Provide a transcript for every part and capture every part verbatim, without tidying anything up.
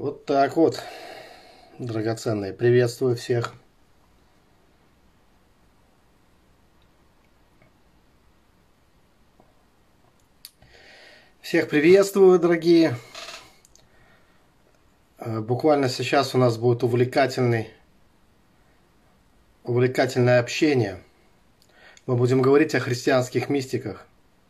Вот так вот, драгоценные. Приветствую всех. Всех приветствую, дорогие. Буквально сейчас у нас будет увлекательный, увлекательное общение. Мы будем говорить о христианских мистиках.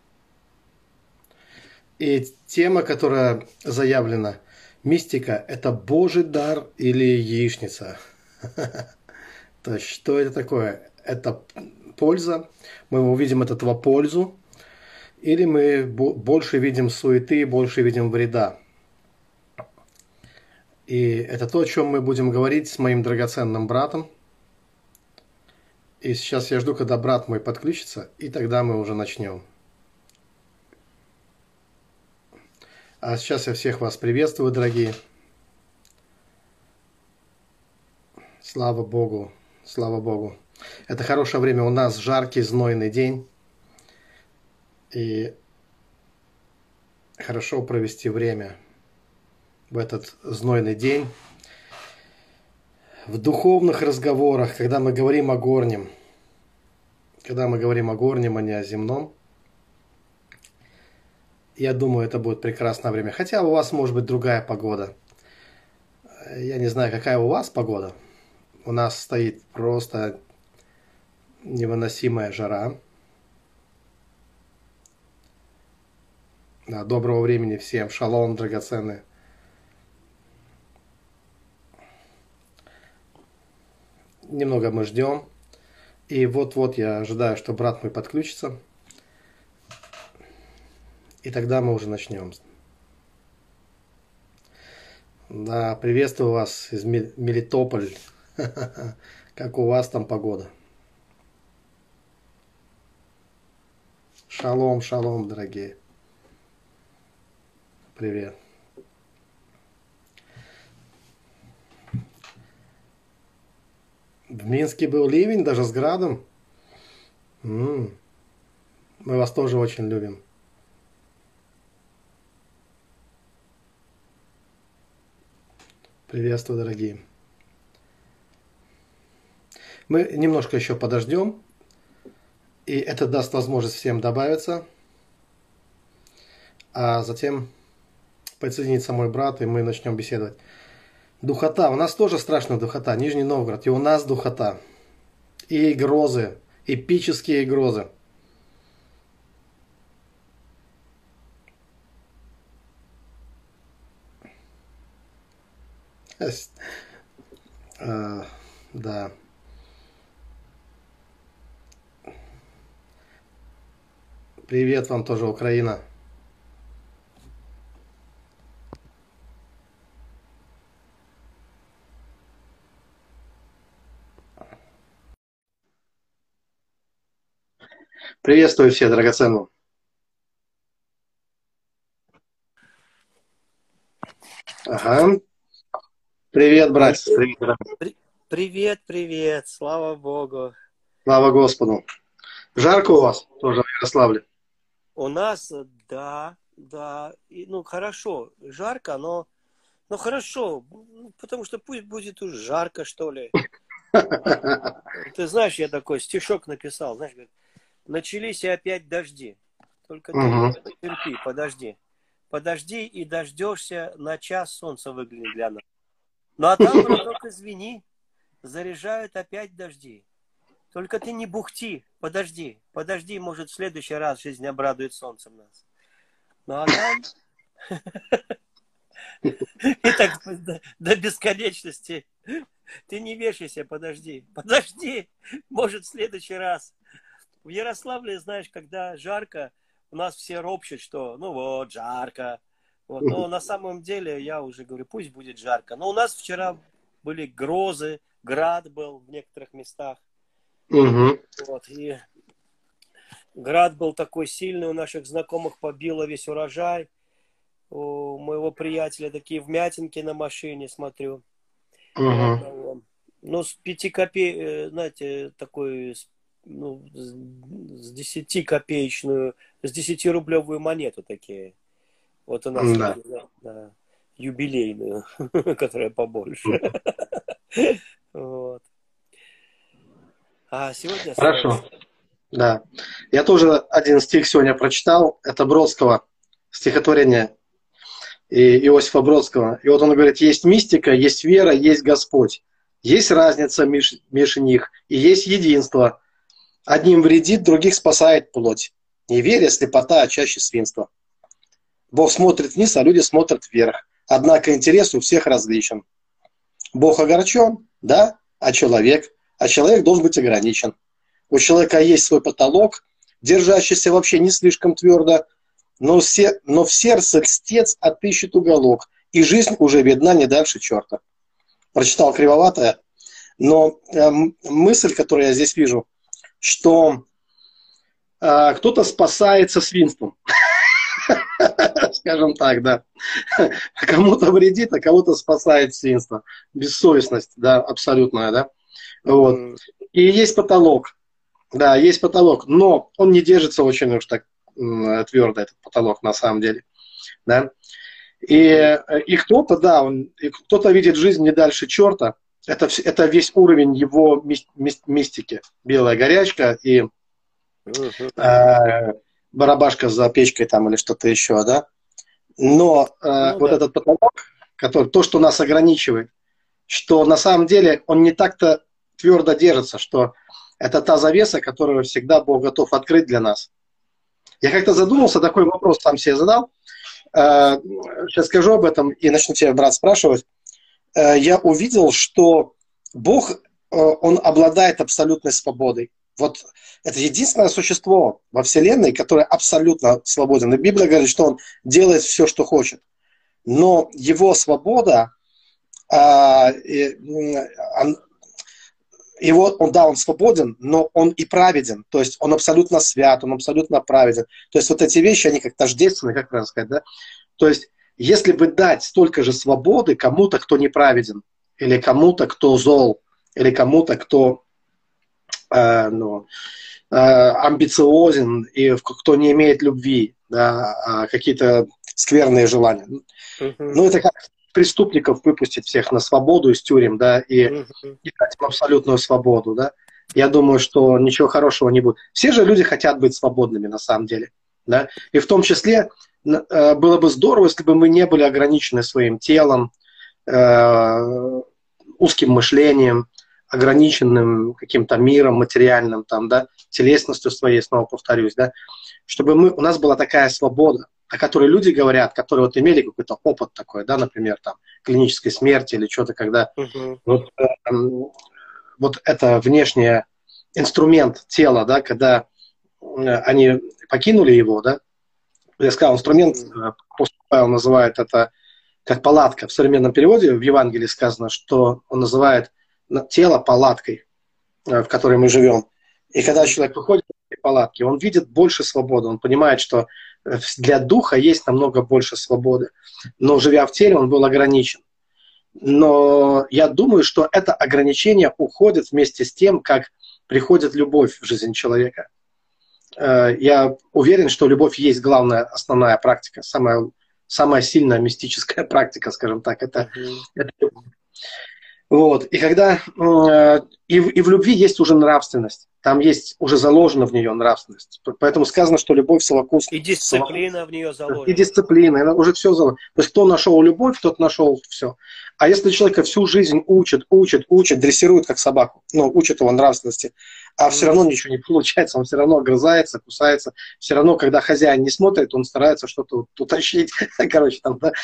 И тема, которая заявлена, мистика – это Божий дар или яичница. То есть, что это такое? Это польза. Мы увидим от этого пользу. Или мы больше видим суеты, больше видим вреда. И это то, о чем мы будем говорить с моим драгоценным братом. И сейчас я жду, когда брат мой подключится, и тогда мы уже начнем. А сейчас я всех вас приветствую, дорогие. Слава Богу, слава Богу. Это хорошее время. У нас жаркий, знойный день. И хорошо провести время в этот знойный день. В духовных разговорах, когда мы говорим о горнем. Когда мы говорим о горнем, а не о земном. Я думаю, это будет прекрасное время. Хотя у вас может быть другая погода. Я не знаю, какая у вас погода. У нас стоит просто невыносимая жара. Да, доброго времени всем. Шалом, драгоценные. Немного мы ждем. И вот-вот я ожидаю, что брат мой подключится. И тогда мы уже начнем. Да, приветствую вас из Мелитополя. Как у вас там погода? Шалом, шалом, дорогие. Привет. В Минске был ливень, даже с градом. М-м. Мы вас тоже очень любим. Приветствую, дорогие. Мы немножко еще подождем. И это даст возможность всем добавиться. А затем подсоединится мой брат, и мы начнем беседовать. Духота. У нас тоже страшная духота. Нижний Новгород. И у нас духота. И грозы. Эпические грозы. А, да. Привет вам тоже, Украина. Приветствую всех, драгоценные. Ага. Привет, братец. Привет, При- Привет, привет, слава Богу. Слава Господу. Жарко у вас тоже в Ярославле? У нас, да, да, и, ну хорошо, жарко, но, но хорошо, ну, потому что пусть будет уж жарко, что ли. Ты знаешь, я такой стишок написал, знаешь, говорит, начались и опять дожди, только ты Угу. терпи, подожди. Подожди и дождешься, на час солнце выглянет для нас. Ну а там, браток, извини, заряжают опять дожди. Только ты не бухти, подожди, подожди, может, в следующий раз жизнь обрадует солнцем нас. Ну а там... И так до, до бесконечности. Ты не вешайся, подожди, подожди, может, в следующий раз. В Ярославле, знаешь, когда жарко, у нас все ропщут, что ну вот, жарко. Вот. Но на самом деле, я уже говорю, пусть будет жарко. Но у нас вчера были грозы, град был в некоторых местах. Угу. Вот, и град был такой сильный, у наших знакомых побило весь урожай. У моего приятеля такие вмятинки на машине, смотрю. Угу. Ну, с пяти копеек, знаете, такой, ну, с десятикопеечную, с десятирублевую монету такие. Вот у нас Да. такие, да. юбилейную, которая побольше. Вот. А сегодня Хорошо. секс. Да. Я тоже один стих сегодня прочитал. Это Бродского, стихотворение и Иосифа Бродского. И вот он говорит, есть мистика, есть вера, есть Господь. Есть разница меж, между них, и есть единство. Одним вредит, других спасает плоть. Неверие, слепота, а чаще свинство. Бог смотрит вниз, а люди смотрят вверх. Однако интерес у всех различен. Бог огорчен, да, а человек? А человек должен быть ограничен. У человека есть свой потолок, держащийся вообще не слишком твердо, но, все, но в сердце льстец отыщет уголок, и жизнь уже видна не дальше черта. Прочитал кривоватое, но э, мысль, которую я здесь вижу, что э, кто-то спасается свинством. Скажем так, да. Кому-то вредит, а кого-то спасает свинство. Бессовестность, да, абсолютная, да. Вот. И есть потолок. Да, есть потолок, но он не держится очень уж так твердо, этот потолок, на самом деле. Да? И, и кто-то, да, он, кто-то видит жизнь не дальше черта. Это, это весь уровень его ми, ми, мистики. Белая горячка и э, барабашка за печкой там или что-то еще, да. Но э, ну, вот да. этот потолок, который, то, что нас ограничивает, что на самом деле он не так-то твердо держится, что это та завеса, которую всегда Бог готов открыть для нас. Я как-то задумался, такой вопрос сам себе задал. Э, сейчас скажу об этом и начну тебя, брат, спрашивать. Э, я увидел, что Бог, э, Он обладает абсолютной свободой. Вот это единственное существо во Вселенной, которое абсолютно свободен. И Библия говорит, что Он делает все, что хочет. Но Его свобода, э, э, он, его, он, да, он свободен, но он и праведен. То есть он абсолютно свят, он абсолютно праведен. То есть вот эти вещи, они как тождественны, как правильно сказать, да? То есть если бы дать столько же свободы кому-то, кто неправеден, или кому-то, кто зол, или кому-то, кто э, ну, э, амбициозен, и кто не имеет любви, да, а какие-то скверные желания. Uh-huh. Ну, это как преступников выпустить всех на свободу из тюрем, да, и, uh-huh. и дать им абсолютную свободу, да. Я думаю, что ничего хорошего не будет. Все же люди хотят быть свободными на самом деле, да. И в том числе э, было бы здорово, если бы мы не были ограничены своим телом, э, узким мышлением, ограниченным каким-то миром материальным, там, да, телесностью своей, снова повторюсь, да, чтобы мы, у нас была такая свобода, о которой люди говорят, которые вот имели какой-то опыт такой, да, например, там, клинической смерти или что-то, когда uh-huh. вот, э, вот это внешний инструмент тела, да, когда э, они покинули его, да, я сказал, инструмент, uh-huh. апостол Павел называет это как палатка. В современном переводе в Евангелии сказано, что он называет тело палаткой, э, в которой мы живем. И когда человек выходит из этой палатки, он видит больше свободы, он понимает, что для духа есть намного больше свободы. Но живя в теле, он был ограничен. Но я думаю, что это ограничение уходит вместе с тем, как приходит любовь в жизнь человека. Я уверен, что любовь есть главная, основная практика, самая, самая сильная мистическая практика, скажем так. Это, mm-hmm. это любовь. Вот. И когда и в, и в любви есть уже нравственность. Там есть уже заложена в нее нравственность. Поэтому сказано, что любовь совокусна. И дисциплина в нее заложена. И дисциплина. И уже все заложено. То есть кто нашел любовь, тот нашел все. А если человека всю жизнь учат, учат, учат, дрессируют как собаку, ну, учат его нравственности, а mm. все равно ничего не получается, он все равно огрызается, кусается, все равно, когда хозяин не смотрит, он старается что-то утащить, короче, там, да,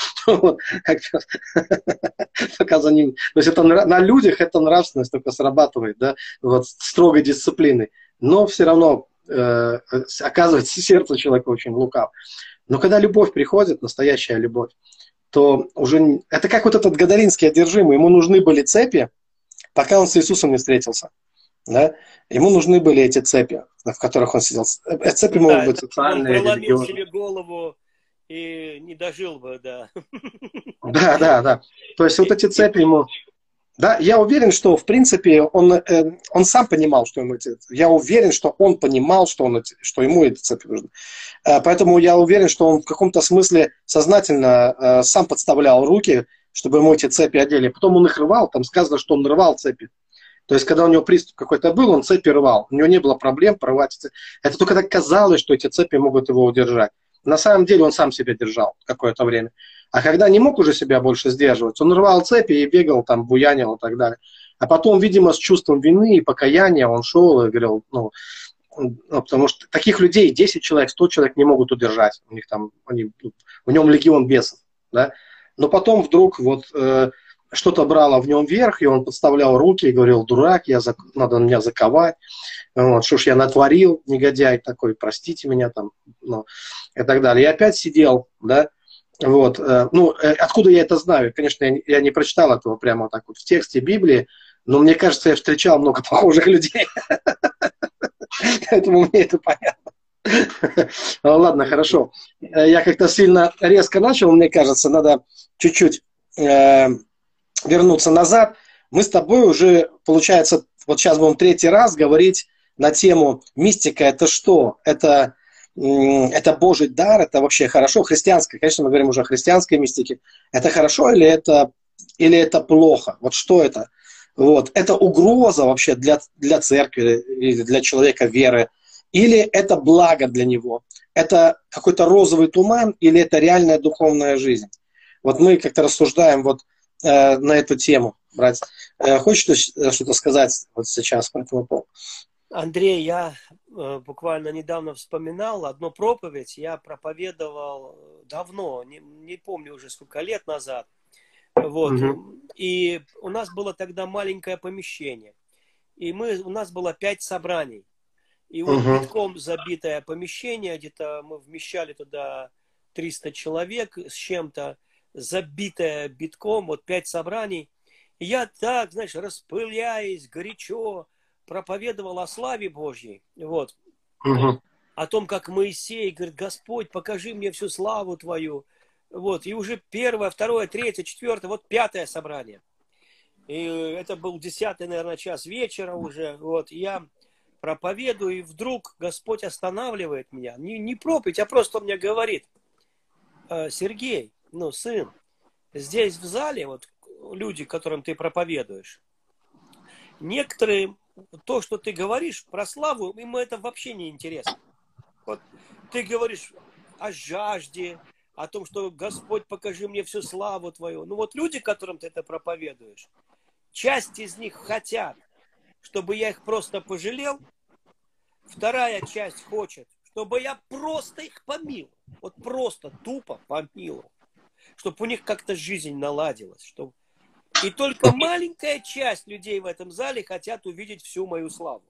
пока за ним. То есть это на людях эта нравственность только срабатывает, да, вот строгой дисциплины. Но все равно э, оказывается, сердце человека очень лукав. Но когда любовь приходит, настоящая любовь, то уже... Это как вот этот гадаринский одержимый. Ему нужны были цепи, пока он с Иисусом не встретился. Да? Ему нужны были эти цепи, в которых он сидел. Цепи да, могут быть социальные, он проломил себе голову и не дожил бы, да. Да, да, да. То есть вот эти цепи ему... Да, я уверен, что, в принципе, он, э, он сам понимал, что ему эти... Я уверен, что он понимал, что, он, эти- что ему эти цепи нужны. Э, поэтому я уверен, что он в каком-то смысле сознательно э, сам подставлял руки, чтобы ему эти цепи одели. Потом он их рвал, там сказано, что он рвал цепи. То есть, когда у него приступ какой-то был, он цепи рвал. У него не было проблем порвать цепи. Это только так казалось, что эти цепи могут его удержать. На самом деле он сам себя держал какое-то время. А когда не мог уже себя больше сдерживать, он рвал цепи и бегал, там, буянил и так далее. А потом, видимо, с чувством вины и покаяния он шел и говорил, ну, ну, потому что таких людей десять человек, сто человек не могут удержать. У них там, они, в нем легион бесов. Да? Но потом вдруг вот э, что-то брало в нем верх, и он подставлял руки и говорил: дурак, я зак... надо меня заковать. Вот, что ж я натворил, негодяй такой, простите меня там, ну, и так далее. И опять сидел, да, вот, э, ну, э, откуда я это знаю? Конечно, я, я не прочитал этого прямо так вот в тексте Библии, но мне кажется, я встречал много похожих людей, поэтому мне это понятно. Ладно, хорошо. Я как-то сильно резко начал, мне кажется, надо чуть-чуть э, вернуться назад. Мы с тобой уже, получается, вот сейчас будем третий раз говорить на тему мистика. Это что? Это, это Божий дар, это вообще хорошо, христианское. Конечно, мы говорим уже о христианской мистике. Это хорошо или это, или это плохо? Вот что это? Вот. Это угроза вообще для, для церкви или для человека веры? Или это благо для него? Это какой-то розовый туман или это реальная духовная жизнь? Вот мы как-то рассуждаем вот э, на эту тему, брать. Э, хочешь что-то сказать вот сейчас по этому поводу? Андрей, я э, буквально недавно вспоминал одну проповедь, я проповедовал давно, не, не помню уже сколько лет назад. Вот. Угу. И у нас было тогда маленькое помещение. И мы, у нас было пять собраний. И вот Угу. битком забитое помещение, где-то мы вмещали туда триста человек с чем-то, забитое битком, вот пять собраний. И я так, знаешь, распыляясь, горячо проповедовал о славе Божьей. Вот. Угу. О том, как Моисей говорит: Господь, покажи мне всю славу Твою. Вот. И уже первое, второе, третье, четвертое, вот пятое собрание. И это был десятый, наверное, час вечера уже. Вот. И я проповедую, и вдруг Господь останавливает меня. Не, не проповедь, а просто он мне говорит: Сергей, ну, сын, здесь в зале вот люди, которым ты проповедуешь, некоторые, то, что ты говоришь про славу, им это вообще не интересно. Вот ты говоришь о жажде, о том, что Господь, покажи мне всю славу Твою. Ну вот люди, которым ты это проповедуешь, часть из них хотят, чтобы я их просто пожалел. Вторая часть хочет, чтобы я просто их помиловал. Вот просто тупо помиловал. Чтобы у них как-то жизнь наладилась. Чтобы... И только маленькая часть людей в этом зале хотят увидеть всю мою славу.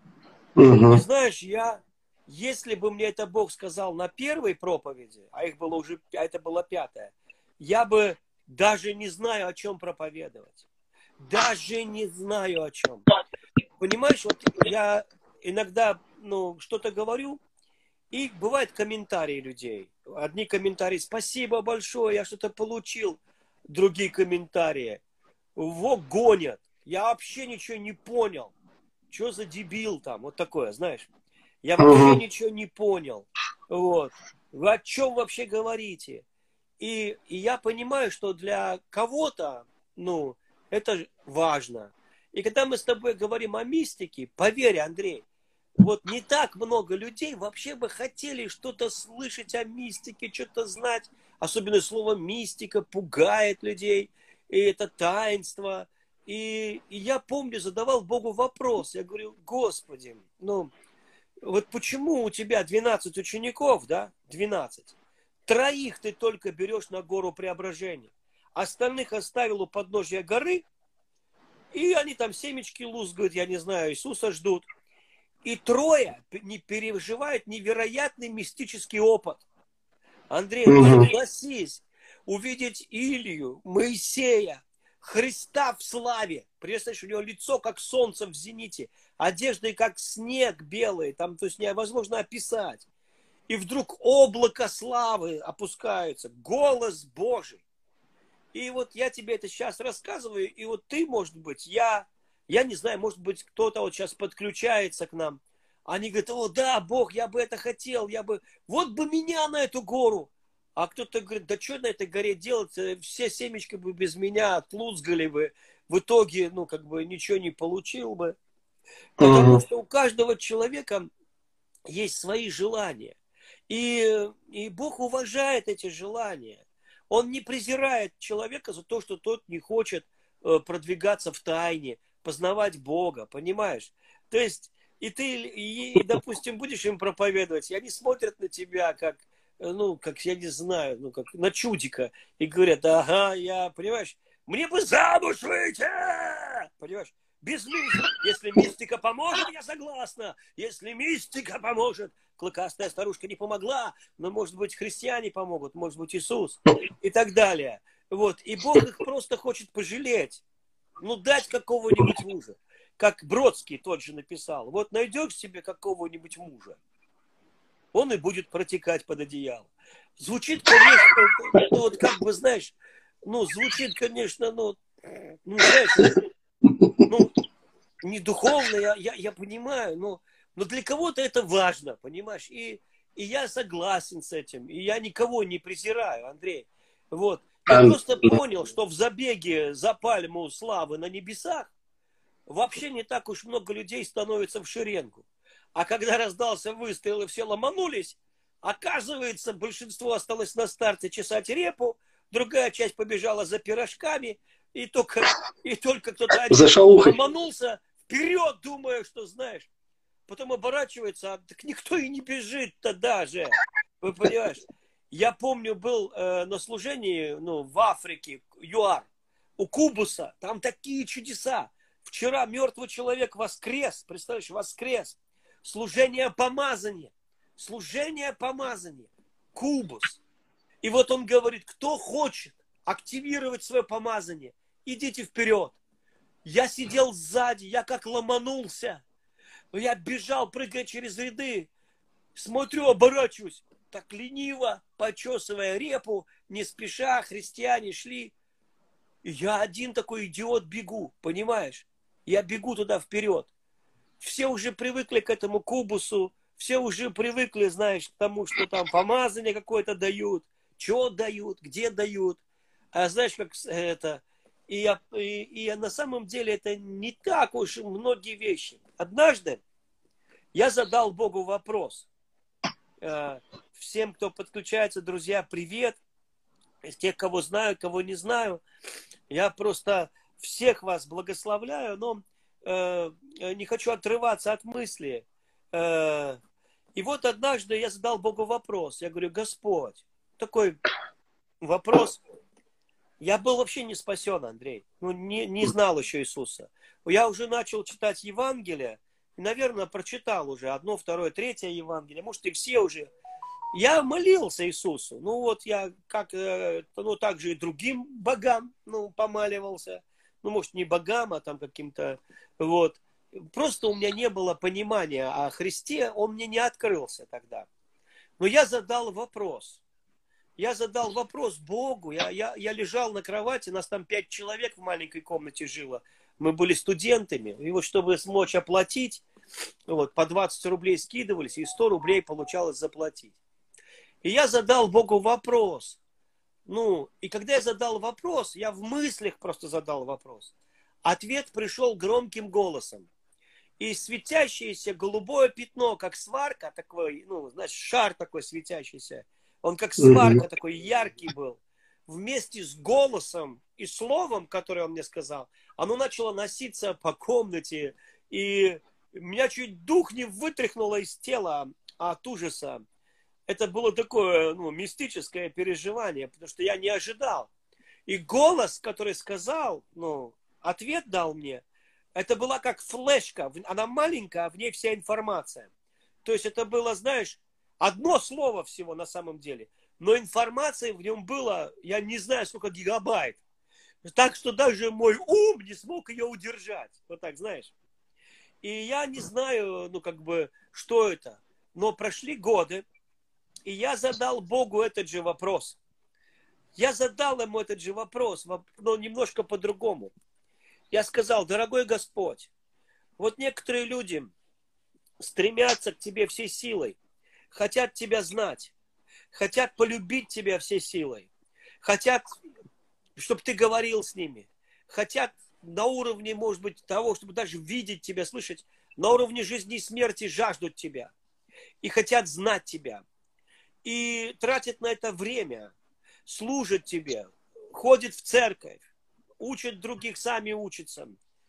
Угу. И знаешь, я, если бы мне это Бог сказал на первой проповеди, а их было уже, а это была пятая, я бы даже не знаю, о чем проповедовать. Даже не знаю, о чем. Понимаешь, вот я иногда, ну, что-то говорю, и бывают комментарии людей. Одни комментарии: спасибо большое, я что-то получил. Другие комментарии: во, гонят, я вообще ничего не понял. Что за дебил там? Вот такое, знаешь. Я вообще Угу. ничего не понял. Вот. Вы о чем вообще говорите? И, и я понимаю, что для кого-то, ну, это важно. И когда мы с тобой говорим о мистике, поверь, Андрей, вот не так много людей вообще бы хотели что-то слышать о мистике, что-то знать. Особенно слово мистика пугает людей. И это таинство. И, и я помню, задавал Богу вопрос. Я говорю: Господи, ну, вот почему у тебя двенадцать учеников, да, двенадцать, троих ты только берешь на гору Преображения, остальных оставил у подножия горы, и они там семечки лузгают, я не знаю, Иисуса ждут. И трое не переживают невероятный мистический опыт. Андрей, ну Угу. согласись, увидеть Илью, Моисея, Христа в славе. Представляешь, у него лицо как солнце в зените, одежды как снег белый, там, то есть невозможно описать. И вдруг облако славы опускается, голос Божий. И вот я тебе это сейчас рассказываю, и вот ты, может быть, я, я не знаю, может быть, кто-то вот сейчас подключается к нам. Они говорят, о, да, Бог, я бы это хотел, я бы, вот бы меня на эту гору. А кто-то говорит, да что на этой горе делать, все семечки бы без меня отлузгали бы, в итоге, ну, как бы ничего не получил бы. Потому Мгм. что у каждого человека есть свои желания. И, и Бог уважает эти желания. Он не презирает человека за то, что тот не хочет э, продвигаться в тайне, познавать Бога, понимаешь? То есть, и ты, и, и, допустим, будешь им проповедовать, и они смотрят на тебя, как, э, ну, как, я не знаю, ну, как на чудика, и говорят, ага, я, понимаешь, мне бы замуж выйти, понимаешь? Без мистики. Если мистика поможет, я согласна. Если мистика поможет, клыкастая старушка не помогла, но, может быть, христиане помогут, может быть, Иисус и так далее. Вот. И Бог их просто хочет пожалеть. Ну, дать какого-нибудь мужа. Как Бродский тот же написал. Вот найдешь себе какого-нибудь мужа, он и будет протекать под одеяло. Звучит, конечно, ну, вот как бы, знаешь, ну, звучит, конечно, ну, ну знаешь, ну, не духовно, я, я, я понимаю, но, но для кого-то это важно, понимаешь? И, и я согласен с этим, и я никого не презираю, Андрей. Вот. Я А, просто понял, что в забеге за пальму славы на небесах вообще не так уж много людей становится в шеренгу. А когда раздался выстрел и все ломанулись, оказывается, большинство осталось на старте чесать репу, другая часть побежала за пирожками, и только, и только кто-то за один шаухой. ломанулся вперед, думая, что знаешь. Потом оборачивается, а так никто и не бежит-то даже. Вы понимаешь? Я помню, был э, на служении ну, в Африке, ЮАР, у Кубуса. Там такие чудеса. Вчера мертвый человек воскрес. Представляешь, воскрес. Служение помазания. Служение помазания. Кубус. И вот он говорит, кто хочет активировать свое помазание, идите вперед. Я сидел сзади, я как ломанулся. Я бежал, прыгая через ряды. Смотрю, оборачиваюсь. Так лениво, почесывая репу, не спеша, христиане шли. И я один такой идиот бегу, понимаешь? Я бегу туда вперед. Все уже привыкли к этому кубусу, все уже привыкли, знаешь, к тому, что там помазание какое-то дают, что дают, где дают. А знаешь, как это... И, я, и, и на самом деле это не так уж многие вещи. Однажды я задал Богу вопрос. Всем, кто подключается, друзья, привет. Из тех, кого знаю, кого не знаю. Я просто всех вас благословляю, но э, не хочу отрываться от мысли. Э, и вот однажды я задал Богу вопрос. Я говорю, Господь, такой вопрос. Я был вообще не спасен, Андрей. Ну, не, не знал еще Иисуса. Я уже начал читать Евангелие. Наверное, прочитал уже одно, второе, третье Евангелие. Может, и все уже. Я молился Иисусу. Ну, вот я как, ну, так же и другим богам, ну, помаливался. Ну, может, не богам, а там каким-то, вот. Просто у меня не было понимания о Христе, он мне не открылся тогда. Но я задал вопрос. Я задал вопрос Богу. Я, я, я лежал на кровати, нас там пять человек в маленькой комнате жило. Мы были студентами. И вот чтобы смочь оплатить, вот, по двадцать рублей скидывались, и сто рублей получалось заплатить. И я задал Богу вопрос. Ну, и когда я задал вопрос, я в мыслях просто задал вопрос. Ответ пришел громким голосом. И светящееся голубое пятно, как сварка, такой, ну, знаешь, шар такой светящийся, он как сварка такой яркий был, вместе с голосом и словом, которое он мне сказал, оно начало носиться по комнате, и меня чуть дух не вытряхнуло из тела от ужаса. Это было такое, ну, мистическое переживание, потому что я не ожидал. И голос, который сказал, ну, ответ дал мне, это была как флешка. Она маленькая, а в ней вся информация. То есть это было, знаешь, одно слово всего на самом деле. Но информации в нем было, я не знаю, сколько гигабайт. Так что даже мой ум не смог ее удержать. Вот так, знаешь. И я не знаю, ну, как бы, что это. Но прошли годы. И я задал Богу этот же вопрос. Я задал ему этот же вопрос, но немножко по-другому. Я сказал: дорогой Господь, вот некоторые люди стремятся к тебе всей силой, хотят тебя знать, хотят полюбить тебя всей силой, хотят, чтобы ты говорил с ними, хотят на уровне, может быть, того, чтобы даже видеть тебя, слышать, на уровне жизни и смерти жаждут тебя и хотят знать тебя, и тратят на это время, служат тебе, ходят в церковь, учат других, сами учатся.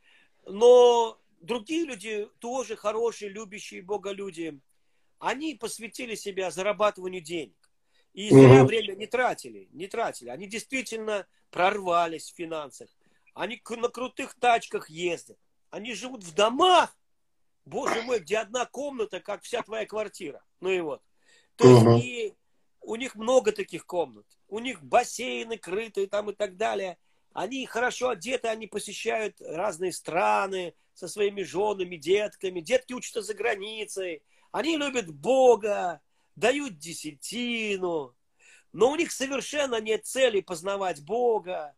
Но другие люди, тоже хорошие, любящие Бога люди, они посвятили себя зарабатыванию денег. И зря Мгм. время не тратили, не тратили. Они действительно прорвались в финансах. Они на крутых тачках ездят. Они живут в домах, боже мой, где одна комната, как вся твоя квартира. Ну и вот. То есть Мгм. и у них много таких комнат. У них бассейны крытые там и так далее. Они хорошо одеты, они посещают разные страны со своими женами, детками. Детки учатся за границей. Они любят Бога, дают десятину. Но у них совершенно нет цели познавать Бога.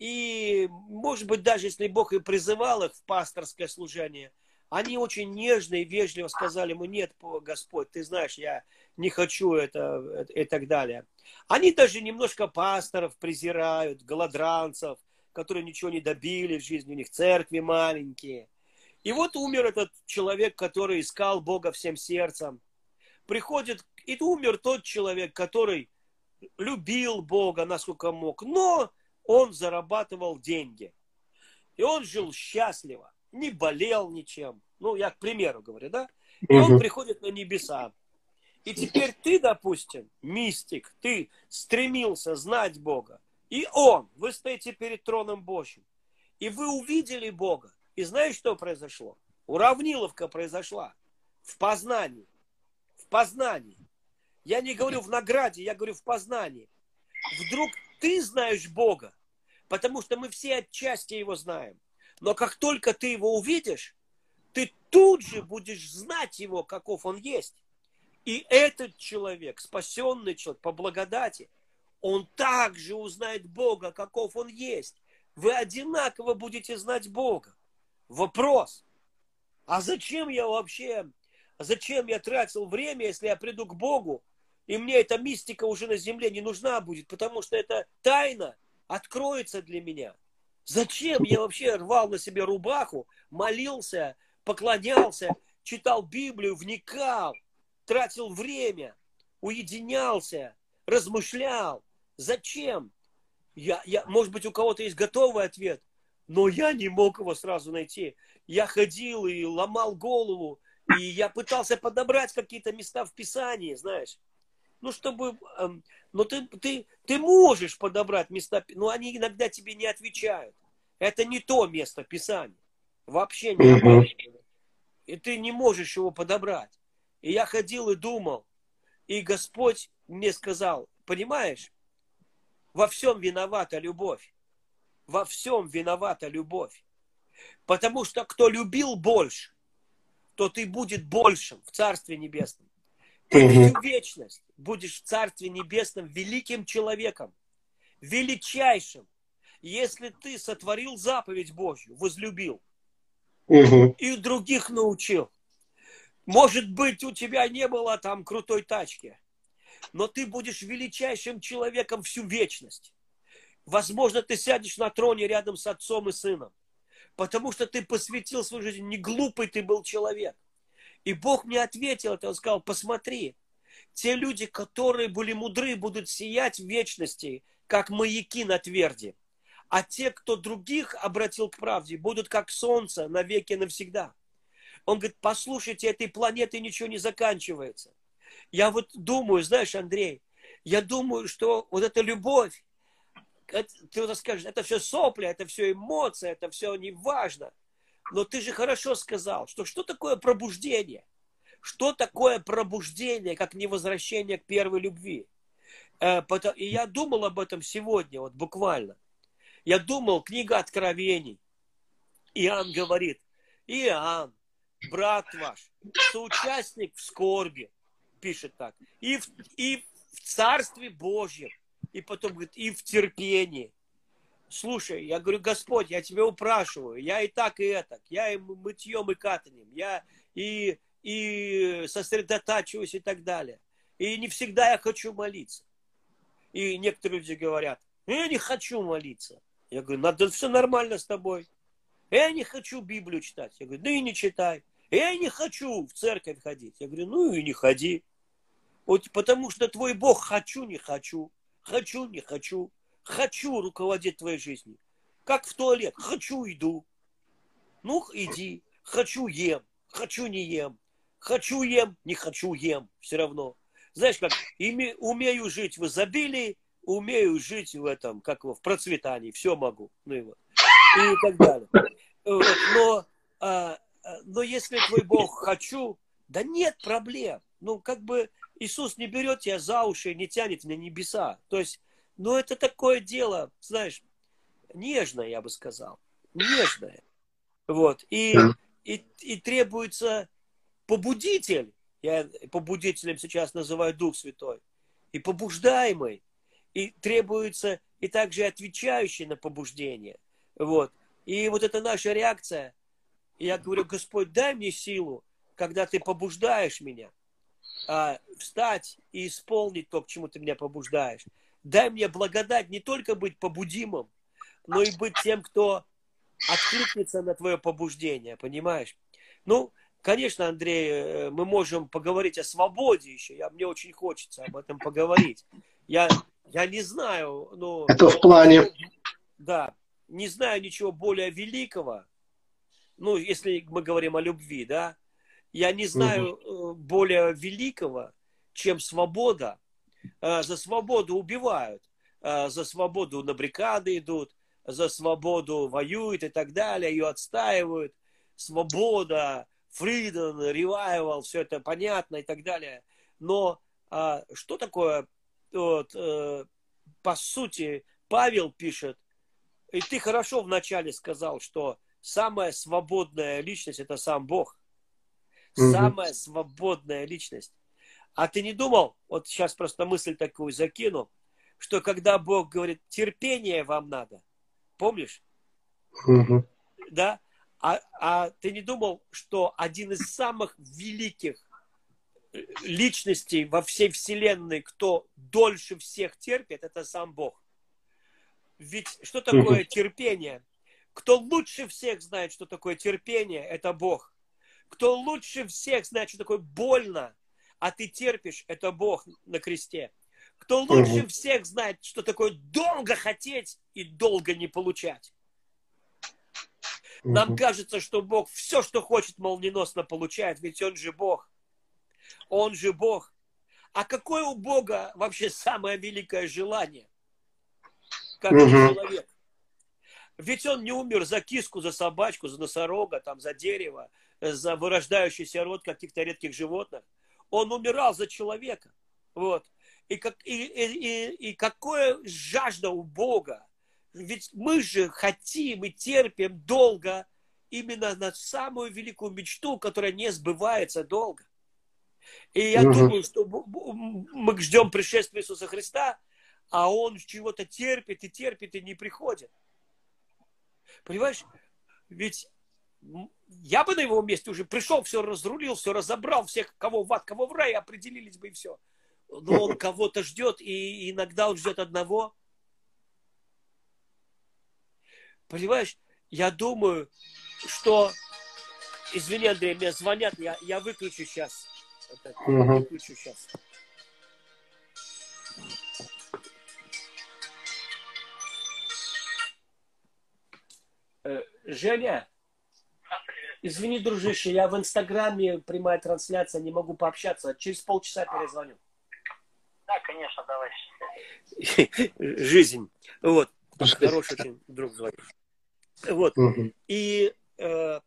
И, может быть, даже если Бог и призывал их в пасторское служение, они очень нежно и вежливо сказали ему: нет, Господь, ты знаешь, я не хочу это и так далее. Они даже немножко пасторов презирают, голодранцев, которые ничего не добили в жизни, у них церкви маленькие. И вот умер этот человек, который искал Бога всем сердцем. Приходит, и умер тот человек, который любил Бога, насколько мог, но он зарабатывал деньги. И он жил счастливо, не болел ничем. Ну, я к примеру говорю, да? И он Мгм. приходит на небеса. И теперь ты, допустим, мистик, ты стремился знать Бога. И он, вы стоите перед троном Божьим. И вы увидели Бога. И знаешь, что произошло? Уравниловка произошла в познании. В познании. Я не говорю в награде, я говорю в познании. Вдруг ты знаешь Бога, потому что мы все отчасти Его знаем. Но как только ты Его увидишь, ты тут же будешь знать Его, каков Он есть. И этот человек, спасенный человек по благодати, он также узнает Бога, каков Он есть. Вы одинаково будете знать Бога. Вопрос: а зачем я вообще, зачем я тратил время, если я приду к Богу, и мне эта мистика уже на земле не нужна будет, потому что эта тайна откроется для меня. Зачем я вообще рвал на себе рубаху, молился, поклонялся, читал Библию, вникал, тратил время, уединялся, размышлял? Зачем? Я, я, может быть, у кого-то есть готовый ответ, но я не мог его сразу найти. Я ходил и ломал голову, и я пытался подобрать какие-то места в Писании, знаешь. Ну, чтобы... Эм, но ты, ты, ты можешь подобрать места, но они иногда тебе не отвечают. Это не то место Писания. Вообще не об Мгм. этом. И ты не можешь его подобрать. И я ходил и думал. И Господь мне сказал: понимаешь, во всем виновата любовь. Во всем виновата любовь. Потому что кто любил больше, то ты будет большим в Царстве Небесном. Ты Мгм. всю вечность будешь в Царстве Небесном великим человеком, величайшим, если ты сотворил заповедь Божью, возлюбил Мгм. и других научил. Может быть, у тебя не было там крутой тачки, но ты будешь величайшим человеком всю вечность. Возможно, ты сядешь на троне рядом с отцом и сыном, потому что ты посвятил свою жизнь, не глупый ты был человек. И Бог мне ответил это, Он сказал: посмотри, те люди, которые были мудры, будут сиять в вечности, как маяки на тверди. А те, кто других обратил к правде, будут как солнце навеки навсегда. Он говорит: послушайте, этой планеты ничего не заканчивается. Я вот думаю, знаешь, Андрей, я думаю, что вот эта любовь, это, ты вот скажешь, это все сопли, это все эмоции, это все не важно. Но ты же хорошо сказал, что что такое пробуждение? Что такое пробуждение, как не возвращение к первой любви? И я думал об этом сегодня, вот буквально. Я думал, книга Откровений. Иоанн говорит: Иоанн, брат ваш, соучастник в скорби, пишет так, и в, и в Царстве Божьем. И потом говорит, и в терпении. Слушай, я говорю, Господь, я тебя упрашиваю, я и так, и этак, я и мытьем, и катанием, я и, и сосредотачиваюсь, и так далее. И не всегда я хочу молиться. И некоторые люди говорят, я не хочу молиться. Я говорю, надо, все нормально с тобой. Я не хочу Библию читать. Я говорю, ну и не читай. Я не хочу в церковь ходить. Я говорю, ну и не ходи. Вот потому что твой Бог хочу, не хочу. Хочу, не хочу. Хочу руководить твоей жизнью. Как в туалет. Хочу, иду. Ну, иди. Хочу, ем. Хочу, не ем. Хочу, ем. Не хочу, ем. Все равно. Знаешь, как име, умею жить в изобилии, умею жить в этом, как его, в процветании. Все могу. Ну и вот. И так далее. Вот. Но, а, но если твой Бог хочу, да нет проблем. Ну, как бы Иисус не берет тебя за уши, не тянет на небеса. То есть, ну, это такое дело, знаешь, нежное, я бы сказал. Нежное. Вот. И, и, и требуется побудитель. Я побудителем сейчас называю Дух Святой. И побуждаемый. И требуется и также отвечающий на побуждение. Вот. И вот это наша реакция. Я говорю, Господь, дай мне силу, когда ты побуждаешь меня, а, встать и исполнить то, к чему ты меня побуждаешь. Дай мне благодать не только быть побудимым, но и быть тем, кто откликнется на твое побуждение, понимаешь? Ну, конечно, Андрей, мы можем поговорить о свободе еще. Я, мне очень хочется об этом поговорить. Я, я не знаю, ну... Это в плане... Да, не знаю ничего более великого, ну, если мы говорим о любви, да, я не знаю угу. более великого, чем свобода. За свободу убивают, за свободу на баррикады идут, за свободу воюют и так далее, ее отстаивают. Свобода, freedom, revival, все это понятно и так далее. Но а, что такое, вот, э, по сути, Павел пишет, и ты хорошо вначале сказал, что самая свободная личность – это сам Бог. Mm-hmm. Самая свободная личность. А ты не думал, вот сейчас просто мысль такую закину, что когда Бог говорит, терпение вам надо, помнишь? Mm-hmm. Да? А, а ты не думал, что один из самых великих личностей во всей вселенной, кто дольше всех терпит, это сам Бог? Ведь что такое терпение? Кто лучше всех знает, что такое терпение, это Бог. Кто лучше всех знает, что такое больно, а ты терпишь, это Бог на кресте. Кто лучше угу. всех знает, что такое долго хотеть и долго не получать. Угу. Нам кажется, что Бог все, что хочет, молниеносно получает, ведь Он же Бог. Он же Бог. А какое у Бога вообще самое великое желание? Как угу. человек. Ведь Он не умер за киску, за собачку, за носорога, там, за дерево, за вырождающийся род каких-то редких животных. Он умирал за человека. Вот. И, как, и, и, и, и какое жажда у Бога. Ведь мы же хотим и терпим долго именно на самую великую мечту, которая не сбывается долго. И я угу. думаю, что мы ждем пришествия Иисуса Христа, а Он чего-то терпит и терпит и не приходит. Понимаешь? Ведь я бы на его месте уже пришел, все разрулил, все разобрал, всех, кого в ад, кого в рай, определились бы и все. Но он кого-то ждет, и иногда он ждет одного. Понимаешь? Я думаю, что... Извини, Андрей, мне звонят, я, я выключу сейчас. Вот угу. Выключу сейчас. Женя, извини, дружище, я в Инстаграме, прямая трансляция, не могу пообщаться. Через полчаса перезвоню. Да, конечно, давай. Жизнь. Вот. Хороший очень друг звонит. Вот. Угу. И э,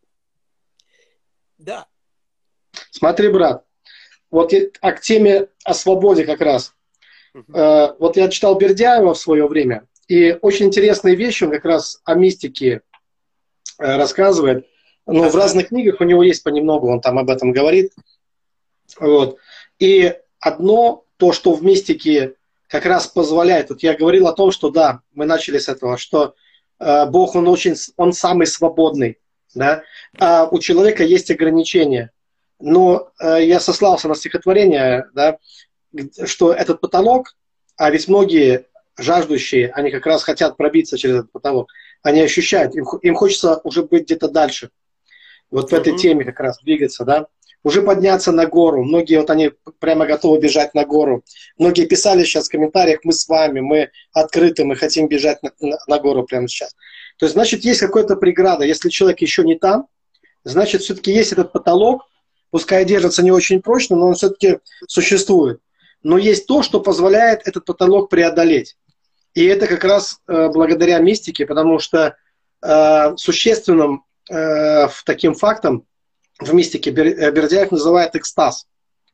да. Смотри, брат, вот а к теме о свободе как раз. Угу. Э, вот я читал Бердяева в свое время. И очень интересные вещи он как раз о мистике э, рассказывает. Ну, в разных книгах у него есть понемногу, он там об этом говорит. Вот. И одно, то, что в мистике как раз позволяет, вот я говорил о том, что да, мы начали с этого, что э, Бог, он очень, он самый свободный, да, а у человека есть ограничения. Но э, я сослался на стихотворение, да, что этот потолок, а ведь многие жаждущие, они как раз хотят пробиться через этот потолок, они ощущают, им, им хочется уже быть где-то дальше, вот в этой теме как раз двигаться, да, уже подняться на гору. Многие вот они прямо готовы бежать на гору. Многие писали сейчас в комментариях: мы с вами, мы открыты, мы хотим бежать на, на, на гору прямо сейчас. То есть, значит, есть какая-то преграда. Если человек еще не там, значит, все-таки есть этот потолок, пускай держится не очень прочно, но он все-таки существует. Но есть то, что позволяет этот потолок преодолеть. И это как раз э, благодаря мистике, потому что э, существенным э, таким фактом в мистике Бердяев называет экстаз.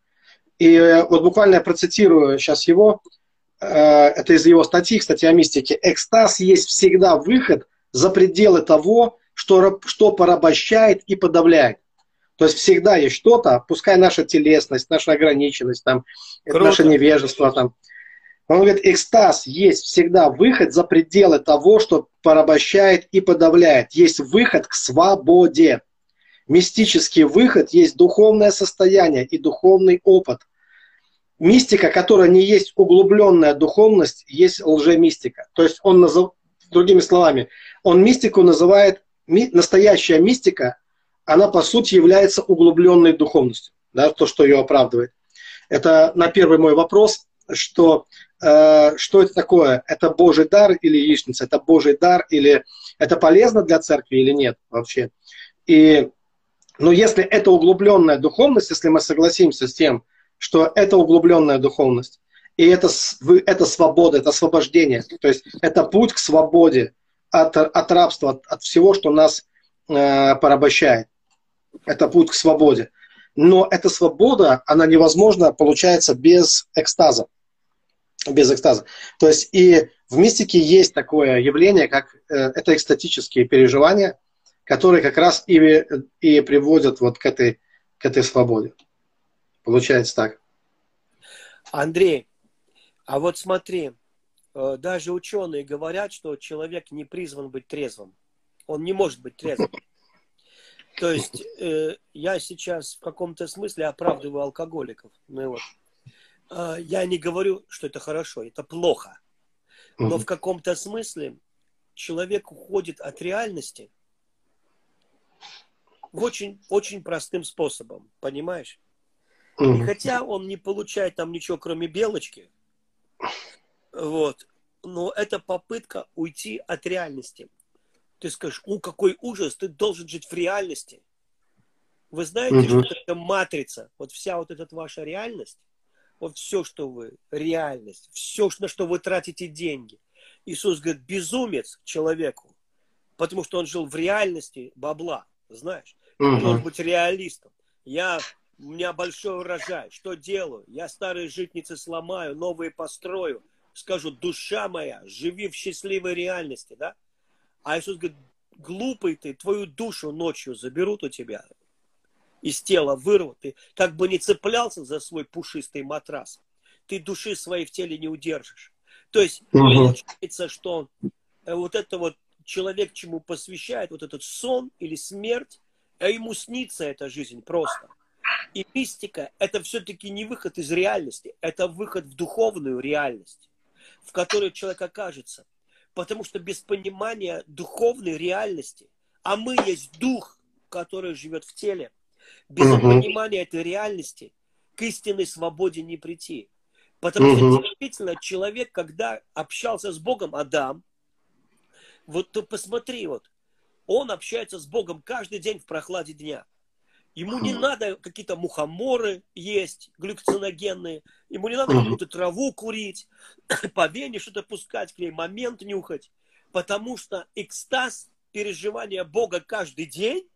И э, вот буквально я процитирую сейчас его, э, это из его статьи, кстати, о мистике. Экстаз есть всегда выход за пределы того, что, что порабощает и подавляет. То есть всегда есть что-то, пускай наша телесность, наша ограниченность, там, наше невежество. Там. Он говорит, экстаз есть всегда выход за пределы того, что порабощает и подавляет. Есть выход к свободе. Мистический выход есть духовное состояние и духовный опыт. Мистика, которая не есть углубленная духовность, есть лжемистика. То есть он, назов... другими словами, он мистику называет, ми... настоящая мистика, она по сути является углубленной духовностью, да, то, что ее оправдывает. Это на первый мой вопрос, что, э, что это такое? Это Божий дар или яичница? Это Божий дар или это полезно для церкви или нет вообще? И, но если это углубленная духовность, если мы согласимся с тем, что это углубленная духовность, и это, это свобода, это освобождение, то есть это путь к свободе от, от рабства, от, от всего, что нас э, порабощает. Это путь к свободе. Но эта свобода, она невозможна, получается, без экстаза. Без экстаза. То есть и в мистике есть такое явление, как э, это экстатические переживания, которые как раз и, и приводят вот к этой, к этой свободе. Получается так. Андрей, а вот смотри, э, даже ученые говорят, что человек не призван быть трезвым. Он не может быть трезвым. То есть э, я сейчас в каком-то смысле оправдываю алкоголиков. Ну, вот. э, я не говорю, что это хорошо, это плохо. Но в каком-то смысле человек уходит от реальности в очень, очень простым способом, понимаешь? И хотя он не получает там ничего, кроме белочки, вот, но это попытка уйти от реальности. Ты скажешь, о, какой ужас, ты должен жить в реальности. Вы знаете, mm-hmm. что это матрица, вот вся вот эта ваша реальность, вот все, что вы, реальность, все, на что вы тратите деньги. Иисус говорит, безумец человеку, потому что он жил в реальности бабла, знаешь. Mm-hmm. Он должен быть реалистом. Я, у меня большой урожай, что делаю? Я старые житницы сломаю, новые построю. Скажу, душа моя, живи в счастливой реальности, да? А Иисус говорит, глупый ты, твою душу ночью заберут у тебя, из тела вырвут. Ты как бы не цеплялся за свой пушистый матрас, ты души своей в теле не удержишь. То есть угу. получается, что вот это вот человек, чему посвящает вот этот сон или смерть, а ему снится эта жизнь просто. И мистика – это все-таки не выход из реальности, это выход в духовную реальность, в которой человек окажется. Потому что без понимания духовной реальности, а мы есть дух, который живет в теле, без uh-huh. понимания этой реальности к истинной свободе не прийти. Потому uh-huh. что действительно человек, когда общался с Богом, Адам, вот ты посмотри, вот, он общается с Богом каждый день в прохладе дня. Ему не надо какие-то мухоморы есть, глюкозиногенные. Ему не надо какую-то траву курить, по вене что-то пускать, к ней момент нюхать. Потому что экстаз, переживание Бога каждый день,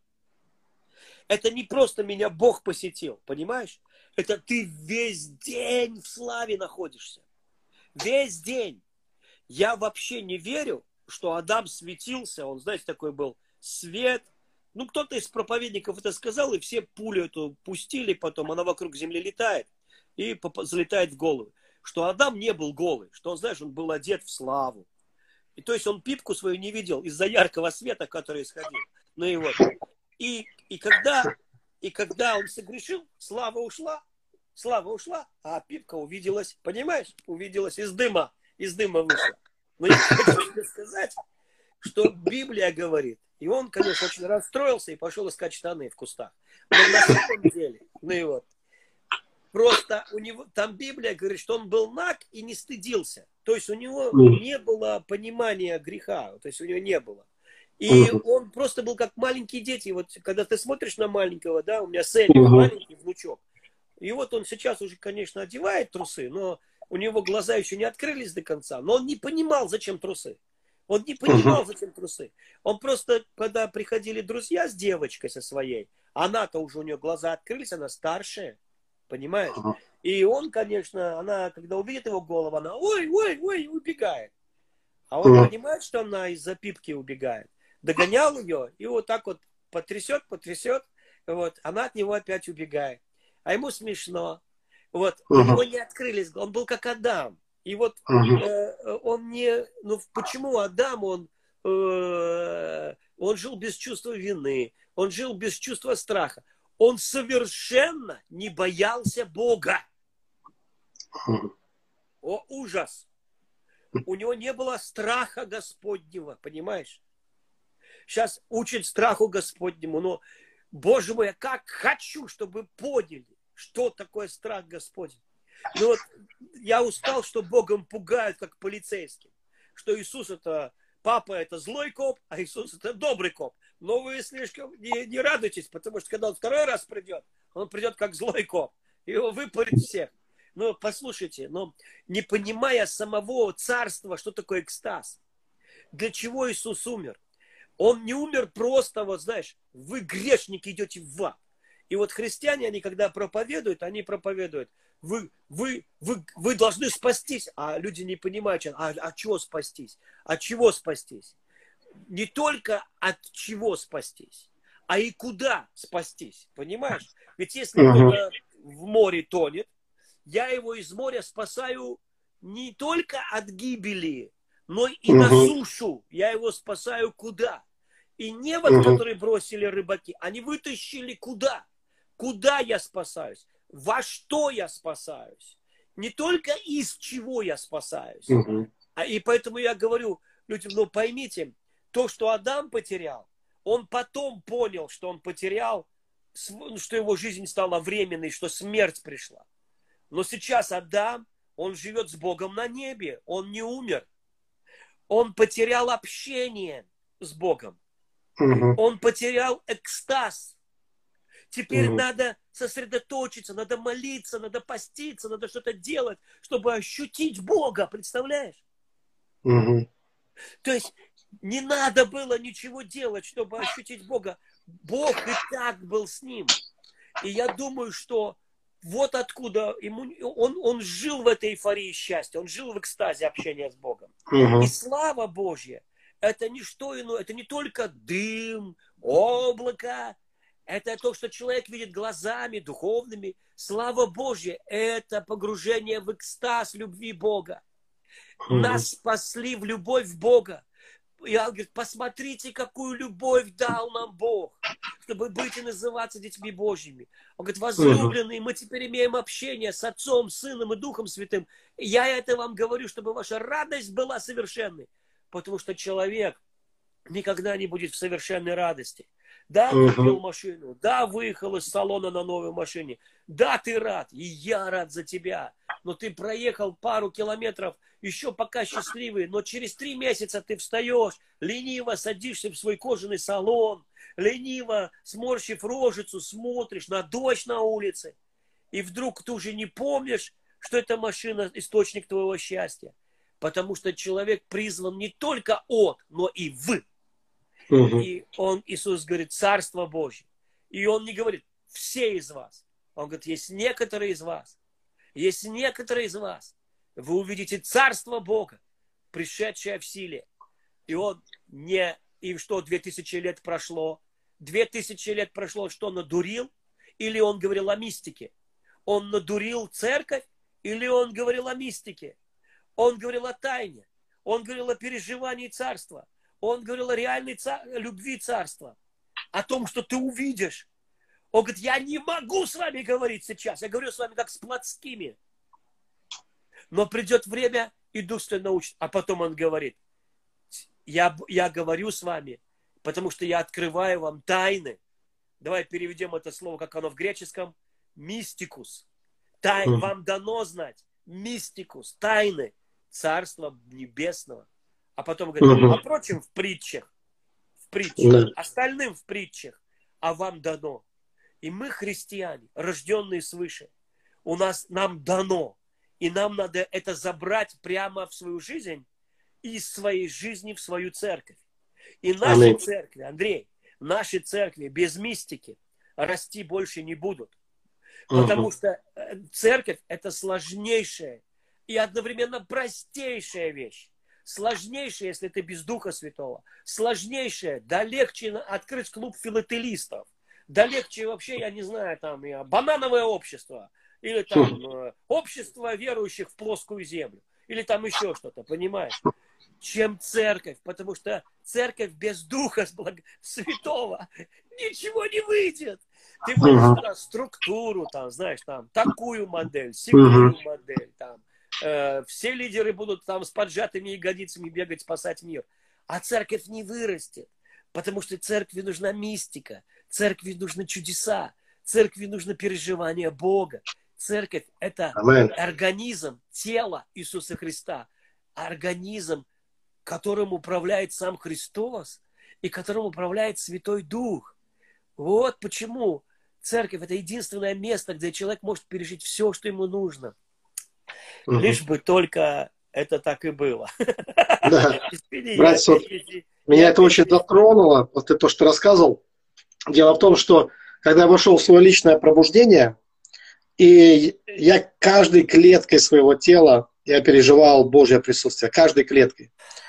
это не просто меня Бог посетил, понимаешь? Это ты весь день в славе находишься. Весь день. Я вообще не верю, что Адам светился. Он, знаете, такой был свет. Ну, кто-то из проповедников это сказал, и все пулю эту пустили, потом она вокруг земли летает и залетает в голову. что Адам не был голый, что он, знаешь, он был одет в славу. И то есть он пипку свою не видел из-за яркого света, который исходил на его. И, и, когда, и когда он согрешил, слава ушла, слава ушла, а пипка увиделась, понимаешь, увиделась из дыма, из дыма вышла. Но я хочу тебе сказать, что Библия говорит, и он, конечно, очень расстроился и пошел искать штаны в кустах. Но на самом деле, ну и вот, просто у него, там Библия говорит, что он был наг и не стыдился. То есть у него не было понимания греха, то есть у него не было. И он просто был как маленькие дети. Вот когда ты смотришь на маленького, да, у меня сын маленький внучок. И вот он сейчас уже, конечно, одевает трусы, но у него глаза еще не открылись до конца. Но он не понимал, зачем трусы. Он не понимал, зачем трусы. Он просто, когда приходили друзья с девочкой со своей, она-то уже у нее глаза открылись, она старшая, понимаешь? И он, конечно, она, когда увидит его голову, она ой, ой, ой, убегает. А он понимает, что она из-за пипки убегает. Догонял ее и вот так вот потрясет, потрясет. Вот, она от него опять убегает. А ему смешно. Вот, у него не открылись, он был как Адам. И вот э, он не... Ну, почему Адам, он, э, он жил без чувства вины, он жил без чувства страха. Он совершенно не боялся Бога. О, ужас! У него не было страха Господнего, понимаешь? Сейчас учат страху Господнему, но, Боже мой, я как хочу, чтобы поняли, что такое страх Господень. Ну вот, я устал, что Богом пугают, как полицейским. Что Иисус это, папа это злой коп, а Иисус это добрый коп. Но вы слишком не, не радуйтесь, потому что когда он второй раз придет, он придет как злой коп. И его выпарит всех. Ну, послушайте, но не понимая самого царства, что такое экстаз, для чего Иисус умер? Он не умер просто, вот знаешь, вы грешники идете в ад. И вот христиане, они когда проповедуют, они проповедуют, вы, вы, вы, вы должны спастись, а люди не понимают, а от чего спастись? От чего спастись? Не только от чего спастись, а и куда спастись, понимаешь? Ведь если кто-то в море тонет, я его из моря спасаю не только от гибели, но и на сушу. Я его спасаю куда? И невод, который бросили рыбаки, они вытащили куда? Куда я спасаюсь? Во что я спасаюсь? Не только из чего я спасаюсь. А, и поэтому я говорю людям, ну поймите, то, что Адам потерял, он потом понял, что он потерял, что его жизнь стала временной, что смерть пришла. Но сейчас Адам, он живет с Богом на небе, он не умер. Он потерял общение с Богом. Он потерял экстаз. Теперь угу. надо сосредоточиться, надо молиться, надо поститься, надо что-то делать, чтобы ощутить Бога, представляешь? Угу. То есть не надо было ничего делать, чтобы ощутить Бога. Бог и так был с ним. И я думаю, что вот откуда ему, он, он жил в этой эйфории счастья, он жил в экстазе общения с Богом. Угу. И слава Божья, это не что иное, это не только дым, облако, это то, что человек видит глазами духовными. Слава Божья, это погружение в экстаз любви Бога. Угу. Нас спасли в любовь Бога. И он говорит, посмотрите, какую любовь дал нам Бог, чтобы быть и называться детьми Божьими. Он говорит, возлюбленные, мы теперь имеем общение с Отцом, Сыном и Духом Святым. Я это вам говорю, чтобы ваша радость была совершенной. Потому что человек никогда не будет в совершенной радости. Да, купил машину, да, выехал из салона на новой машине, да, ты рад, и я рад за тебя, но ты проехал пару километров, еще пока счастливый, но через три месяца ты встаешь, лениво садишься в свой кожаный салон, лениво, сморщив рожицу, смотришь на дождь на улице, и вдруг ты уже не помнишь, что эта машина источник твоего счастья, потому что человек призван не только от, но и в. И он, Иисус говорит, Царство Божье. И он не говорит, все из вас. Он говорит, есть некоторые из вас. Есть некоторые из вас. Вы увидите Царство Бога, пришедшее в силе. И он не... И что, две тысячи лет прошло? Две тысячи лет прошло, что он надурил? Или он говорил о мистике? Он надурил церковь? Или он говорил о мистике? Он говорил о тайне. Он говорил о переживании царства. Он говорил о реальной ца... любви царства. О том, что ты увидишь. Он говорит, я не могу с вами говорить сейчас. Я говорю с вами как с плотскими. Но придет время, и Дух Святой научит. А потом он говорит, я, я говорю с вами, потому что я открываю вам тайны. Давай переведем это слово, как оно в греческом. Мистикус. Тай... Mm. Вам дано знать. Мистикус. Тайны Царства Небесного. А потом говорит, mm-hmm. а прочим в притчах. В притчах. Mm. Остальным в притчах. А вам дано. И мы, христиане, рожденные свыше, у нас, нам дано. И нам надо это забрать прямо в свою жизнь и из своей жизни в свою церковь. И наши Аминь. Церкви, Андрей, наши церкви без мистики расти больше не будут. Потому uh-huh. что церковь – это сложнейшая и одновременно простейшая вещь. Сложнейшая, если ты без Духа Святого. Сложнейшая, да легче открыть клуб филателистов. Да легче вообще, я не знаю, там, банановое общество. Или там uh-huh. общество верующих в плоскую землю. Или там еще что-то, понимаешь? Чем церковь. Потому что церковь без Духа Святого ничего не выйдет. Ты можешь uh-huh. да, структуру, там, знаешь, там, такую модель, сякую uh-huh. модель, там, э, все лидеры будут там с поджатыми ягодицами бегать, спасать мир. А церковь не вырастет, потому что церкви нужна мистика, церкви нужны чудеса, церкви нужно переживание Бога. Церковь – это Amen. Организм, тело Иисуса Христа, организм, которым управляет сам Христос и которым управляет Святой Дух. Вот почему церковь – это единственное место, где человек может пережить все, что ему нужно. Угу. Лишь бы только это так и было. Да. Извини, Брат, я, я, я, меня я, это я, очень затронуло, вот ты то, что рассказывал. Дело в том, что когда я вошел в свое личное пробуждение, и я каждой клеткой своего тела я переживал Божье присутствие, каждой клеткой.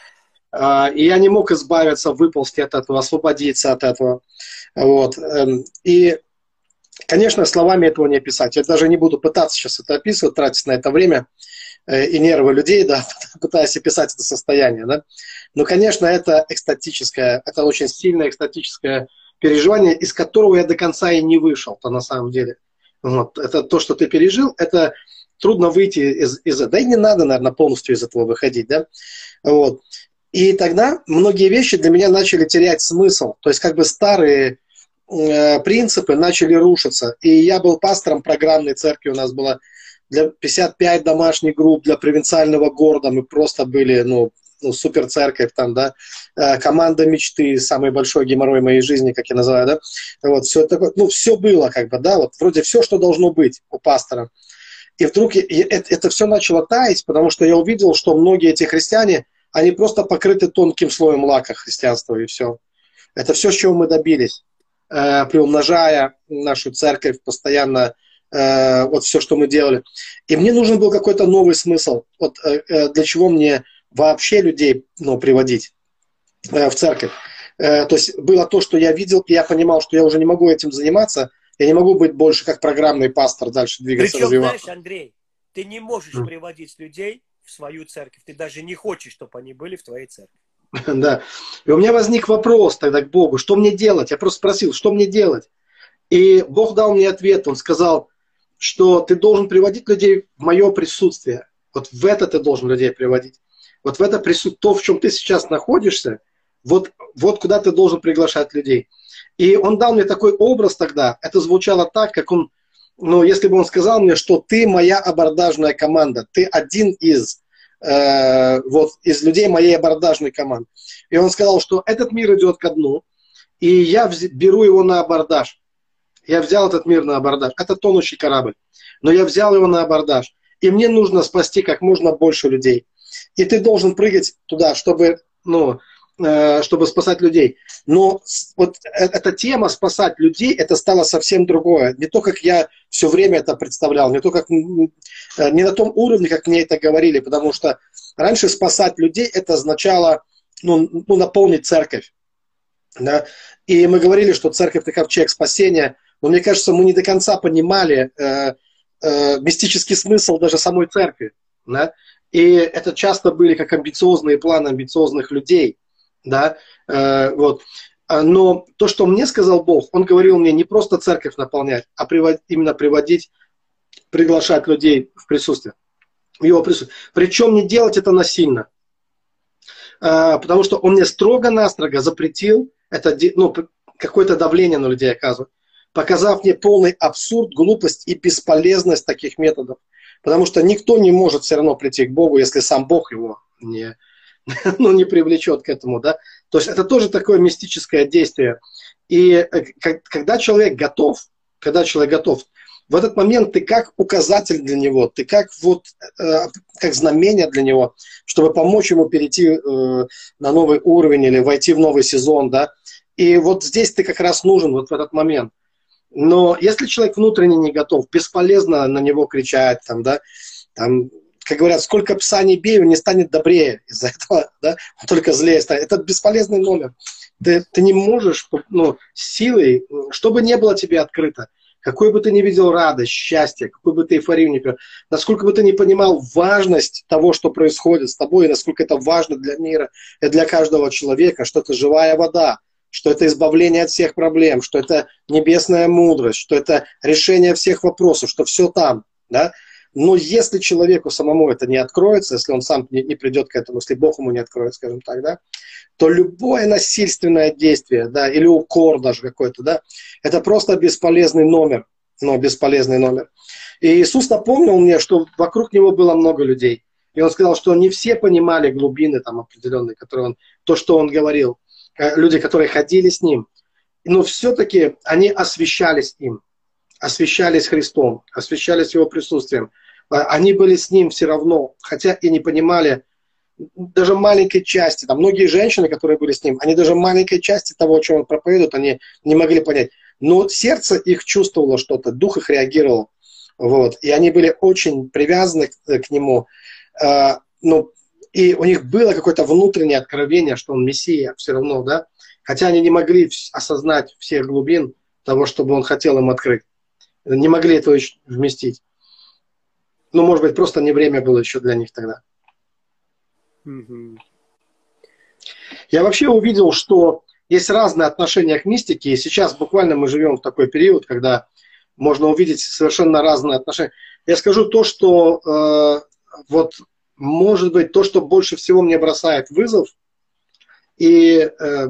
И я не мог избавиться, выползти от этого, освободиться от этого. Вот. И, конечно, словами этого не описать. Я даже не буду пытаться сейчас это описывать, тратить на это время и нервы людей, да, пытаясь описать это состояние. Да. Но, конечно, это экстатическое, это очень сильное экстатическое переживание, из которого я до конца и не вышел-то на самом деле. Вот. Это то, что ты пережил, это трудно выйти из, из этого. Да и не надо, наверное, полностью из этого выходить. Да. Вот. И тогда многие вещи для меня начали терять смысл. То есть как бы старые э, принципы начали рушиться. И я был пастором программной церкви. У нас было для пятьдесят пять домашних групп для провинциального города. Мы просто были, ну, ну супер церковь там, да. Э, команда мечты, самый большой геморрой моей жизни, как я называю, да. Вот, все такое, ну, все было как бы, да, вот вроде все, что должно быть у пастора. И вдруг я, это, это все начало таять, потому что я увидел, что многие эти христиане, они просто покрыты тонким слоем лака христианства, и все. Это все, с чего мы добились, э, приумножая нашу церковь, постоянно э, вот все, что мы делали. И мне нужен был какой-то новый смысл. Вот, э, для чего мне вообще людей, ну, приводить э, в церковь. Э, то есть было то, что я видел, и я понимал, что я уже не могу этим заниматься, я не могу быть больше как программный пастор, дальше двигаться, Причем, развиваться. знаешь, Андрей, ты не можешь mm. приводить людей в свою церковь. Ты даже не хочешь, чтобы они были в твоей церкви. Да. И у меня возник вопрос тогда к Богу, что мне делать? Я просто спросил, что мне делать? И Бог дал мне ответ. Он сказал, что ты должен приводить людей в мое присутствие. Вот в это ты должен людей приводить. Вот в это присутствие, то, в чем ты сейчас находишься, вот, вот куда ты должен приглашать людей. И он дал мне такой образ тогда. Это звучало так, как он, ну, если бы он сказал мне, что ты моя абордажная команда, ты один из, э, вот, из людей моей абордажной команды. И он сказал, что этот мир идет ко дну, и я вз- беру его на абордаж. Я взял этот мир на абордаж. Это тонущий корабль. Но я взял его на абордаж. И мне нужно спасти как можно больше людей. И ты должен прыгать туда, чтобы, ну, чтобы спасать людей. Но вот эта тема спасать людей, это стало совсем другое. Не то, как я все время это представлял, не то, как не на том уровне, как мне это говорили, потому что раньше спасать людей, это означало, ну, ну, наполнить церковь. Да? И мы говорили, что церковь это ковчег спасения, но мне кажется, мы не до конца понимали, э, э, мистический смысл даже самой церкви. Да? И это часто были как амбициозные планы амбициозных людей. Да? Э, вот. Но то, что мне сказал Бог, Он говорил мне не просто церковь наполнять, а привод, именно приводить, приглашать людей в присутствие. В его присутствие. Причем не делать это насильно. Э, потому что Он мне строго-настрого запретил это, ну, какое-то давление на людей оказывать, показав мне полный абсурд, глупость и бесполезность таких методов. Потому что никто не может все равно прийти к Богу, если сам Бог его не, ну, не привлечет к этому. Да? То есть это тоже такое мистическое действие. И когда человек готов, когда человек готов, в этот момент ты как указатель для него, ты как, вот, э, как знамение для него, чтобы помочь ему перейти э, на новый уровень или войти в новый сезон. Да? И вот здесь ты как раз нужен вот в этот момент. Но если человек внутренне не готов, бесполезно на него кричать, там, да, там, как говорят, сколько пса не бей, он не станет добрее из-за этого, да, он только злее станет. Это бесполезный номер. Ты, ты не можешь, ну, силой, что бы ни было тебе открыто, какой бы ты ни видел радость, счастье, какой бы ты эйфорию ни пережил, насколько бы ты не понимал важность того, что происходит с тобой, и насколько это важно для мира и для каждого человека, что это живая вода, что это избавление от всех проблем, что это небесная мудрость, что это решение всех вопросов, что все там. Да? Но если человеку самому это не откроется, если он сам не, не придет к этому, если Бог ему не откроет, скажем так, да, то любое насильственное действие, да, или укор даже какой-то, да, это просто бесполезный номер. Но бесполезный номер. И Иисус напомнил мне, что вокруг него было много людей. И он сказал, что не все понимали глубины там определенные, которые он, то, что он говорил. Люди, которые ходили с ним, но все-таки они освящались им, освящались Христом, освящались Его присутствием. Они были с ним все равно, хотя и не понимали даже маленькой части. Там многие женщины, которые были с ним, они даже маленькой части того, о чем он проповедует, они не могли понять. Но сердце их чувствовало что-то, дух их реагировал. Вот. И они были очень привязаны к, к нему. Но И у них было какое-то внутреннее откровение, что он Мессия все равно, да? Хотя они не могли осознать всех глубин того, чтобы он хотел им открыть. Не могли этого вместить. Ну, может быть, просто не время было еще для них тогда. Mm-hmm. Я вообще увидел, что есть разные отношения к мистике, и сейчас буквально мы живем в такой период, когда можно увидеть совершенно разные отношения. Я скажу то, что э, вот может быть, то, что больше всего мне бросает вызов, и э,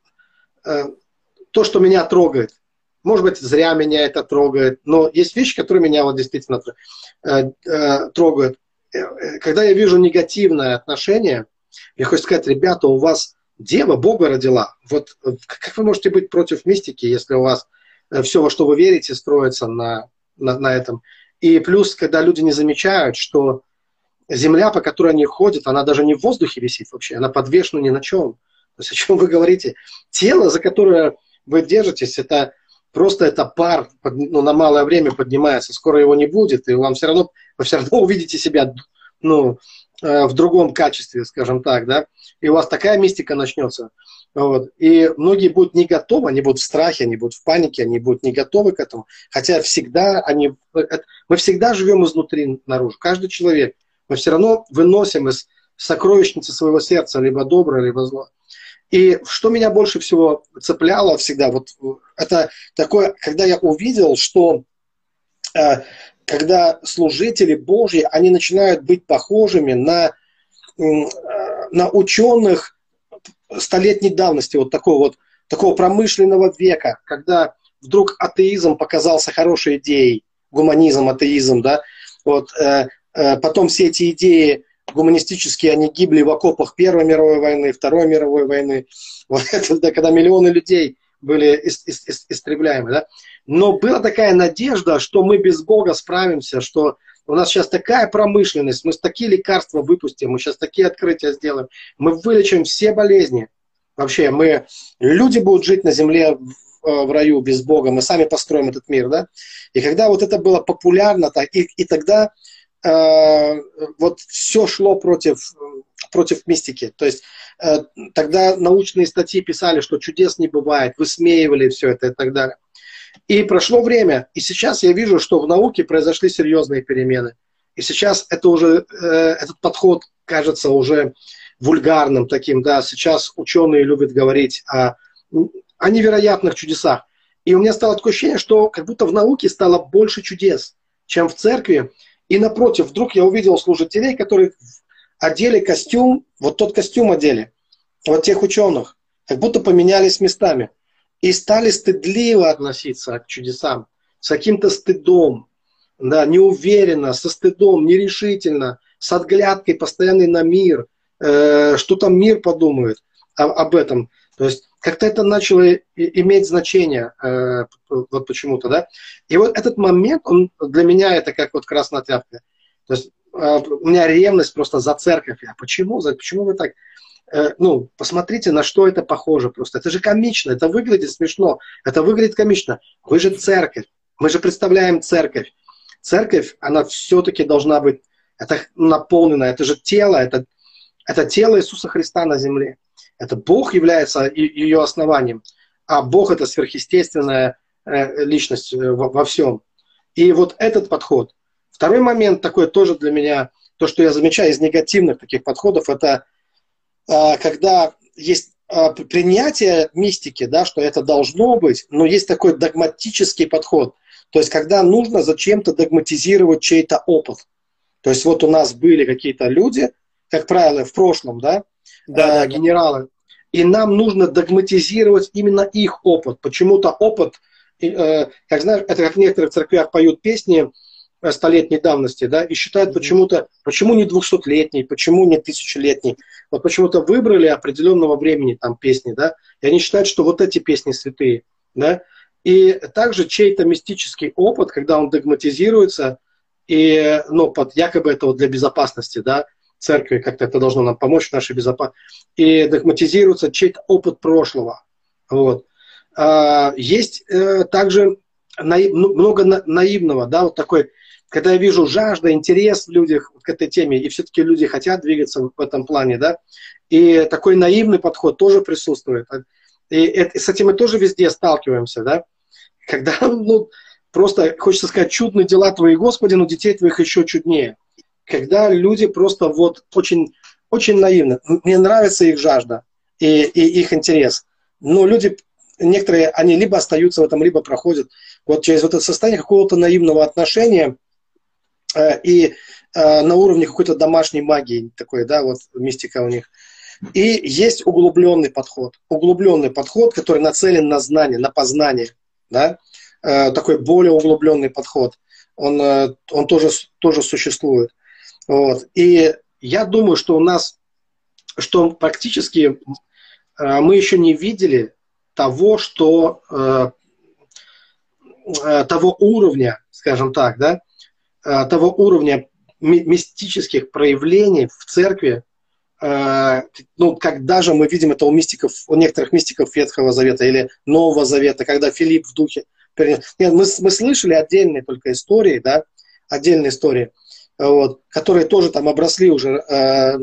э, то, что меня трогает. Может быть, зря меня это трогает, но есть вещи, которые меня вот действительно э, э, трогают. Когда я вижу негативное отношение, я хочу сказать, ребята, у вас дева Бога родила. Вот как вы можете быть против мистики, если у вас все, во что вы верите, строится на, на, на этом. И плюс, когда люди не замечают, что земля, по которой они ходят, она даже не в воздухе висит вообще, она подвешена ни на чем. То есть о чем вы говорите? Тело, за которое вы держитесь, это просто это пар, ну, на малое время поднимается, скоро его не будет, и вам все равно, вы все равно увидите себя, ну, э, в другом качестве, скажем так, да, и у вас такая мистика начнется. Вот. И многие будут не готовы, они будут в страхе, они будут в панике, они будут не готовы к этому, хотя всегда они, мы всегда живем изнутри наружу, каждый человек. Мы все равно выносим из сокровищницы своего сердца либо доброе, либо зло. И что меня больше всего цепляло всегда, вот это такое, когда я увидел, что э, когда служители Божьи, они начинают быть похожими на, э, на ученых столетней давности, вот такого вот такого промышленного века, когда вдруг атеизм показался хорошей идеей, гуманизм, атеизм, да, вот, э, потом все эти идеи гуманистические, они гибли в окопах Первой мировой войны, Второй мировой войны, вот это, да, когда миллионы людей были ис- ис- ис- истребляемы. Да? Но была такая надежда, что мы без Бога справимся, что у нас сейчас такая промышленность, мы такие лекарства выпустим, мы сейчас такие открытия сделаем, мы вылечим все болезни. Вообще, мы, люди будут жить на земле в, в раю без Бога, мы сами построим этот мир. Да? И когда вот это было популярно, так, и, и тогда э, вот все шло против, против мистики. То есть э, тогда научные статьи писали, что чудес не бывает, высмеивали все это и так далее. И прошло время, и сейчас я вижу, что в науке произошли серьезные перемены. И сейчас это уже, э, этот подход кажется уже вульгарным таким, да, сейчас ученые любят говорить о, о невероятных чудесах. И у меня стало такое ощущение, что как будто в науке стало больше чудес, чем в церкви. И напротив, вдруг я увидел служителей, которые одели костюм, вот тот костюм одели, вот тех ученых, как будто поменялись местами. И стали стыдливо относиться к чудесам, с каким-то стыдом, да, неуверенно, со стыдом, нерешительно, с отглядкой постоянной на мир, э, что там мир подумает об, об этом. То есть как-то это начало и, иметь значение э, вот почему-то, да. И вот этот момент, он для меня это как вот красная тряпка. То есть э, у меня ревность просто за церковь. А почему? За, почему вы так... Ну, посмотрите, на что это похоже просто. Это же комично, это выглядит смешно, это выглядит комично. Вы же церковь, мы же представляем церковь. Церковь, она все-таки должна быть, это наполнена, это же тело, это, это тело Иисуса Христа на земле. Это Бог является ее основанием, а Бог это сверхъестественная личность во, во всем. И вот этот подход. Второй момент такой тоже для меня, то, что я замечаю из негативных таких подходов, это когда есть принятие мистики, да, что это должно быть, но есть такой догматический подход. То есть, когда нужно зачем-то догматизировать чей-то опыт. То есть, вот у нас были какие-то люди, как правило, в прошлом, да, да, э, да, генералы, и нам нужно догматизировать именно их опыт. Почему-то опыт, э, как знаешь, это как в некоторых церквях поют песни столетней давности, да, и считают mm-hmm. почему-то, почему не двухсотлетний, почему не тысячелетний. Вот почему-то выбрали определенного времени там песни, да, и они считают, что вот эти песни святые, да. И также чей-то мистический опыт, когда он догматизируется, и, ну, под якобы это вот для безопасности, да, церкви, как-то это должно нам помочь в нашей безопасности, и догматизируется чей-то опыт прошлого. Вот. А, есть э, также наив, много на, наивного, да, вот такой, когда я вижу жажда, интерес в людях к этой теме, и все-таки люди хотят двигаться в этом плане, да, и такой наивный подход тоже присутствует. И, и с этим мы тоже везде сталкиваемся, да, когда, ну, просто, хочется сказать, чудные дела твои, Господи, но детей твоих еще чуднее. Когда люди просто вот очень, очень наивны. Мне нравится их жажда и, и их интерес. Но люди, некоторые, они либо остаются в этом, либо проходят вот через вот это состояние какого-то наивного отношения э, и э, на уровне какой-то домашней магии такой, да, вот мистика у них. И есть углубленный подход. Углубленный подход, который нацелен на знание, на познание, да, э, такой более углубленный подход. Он, э, он тоже, тоже существует. Вот. И я думаю, что у нас, что практически э, мы еще не видели того, что э, э, того уровня, скажем так, да, э, того уровня ми- мистических проявлений в церкви, э, ну, как даже мы видим это у мистиков, у некоторых мистиков Ветхого Завета или Нового Завета, когда Филипп в духе. Нет, мы, мы слышали отдельные только истории, да, отдельные истории, вот, которые тоже там обросли уже э,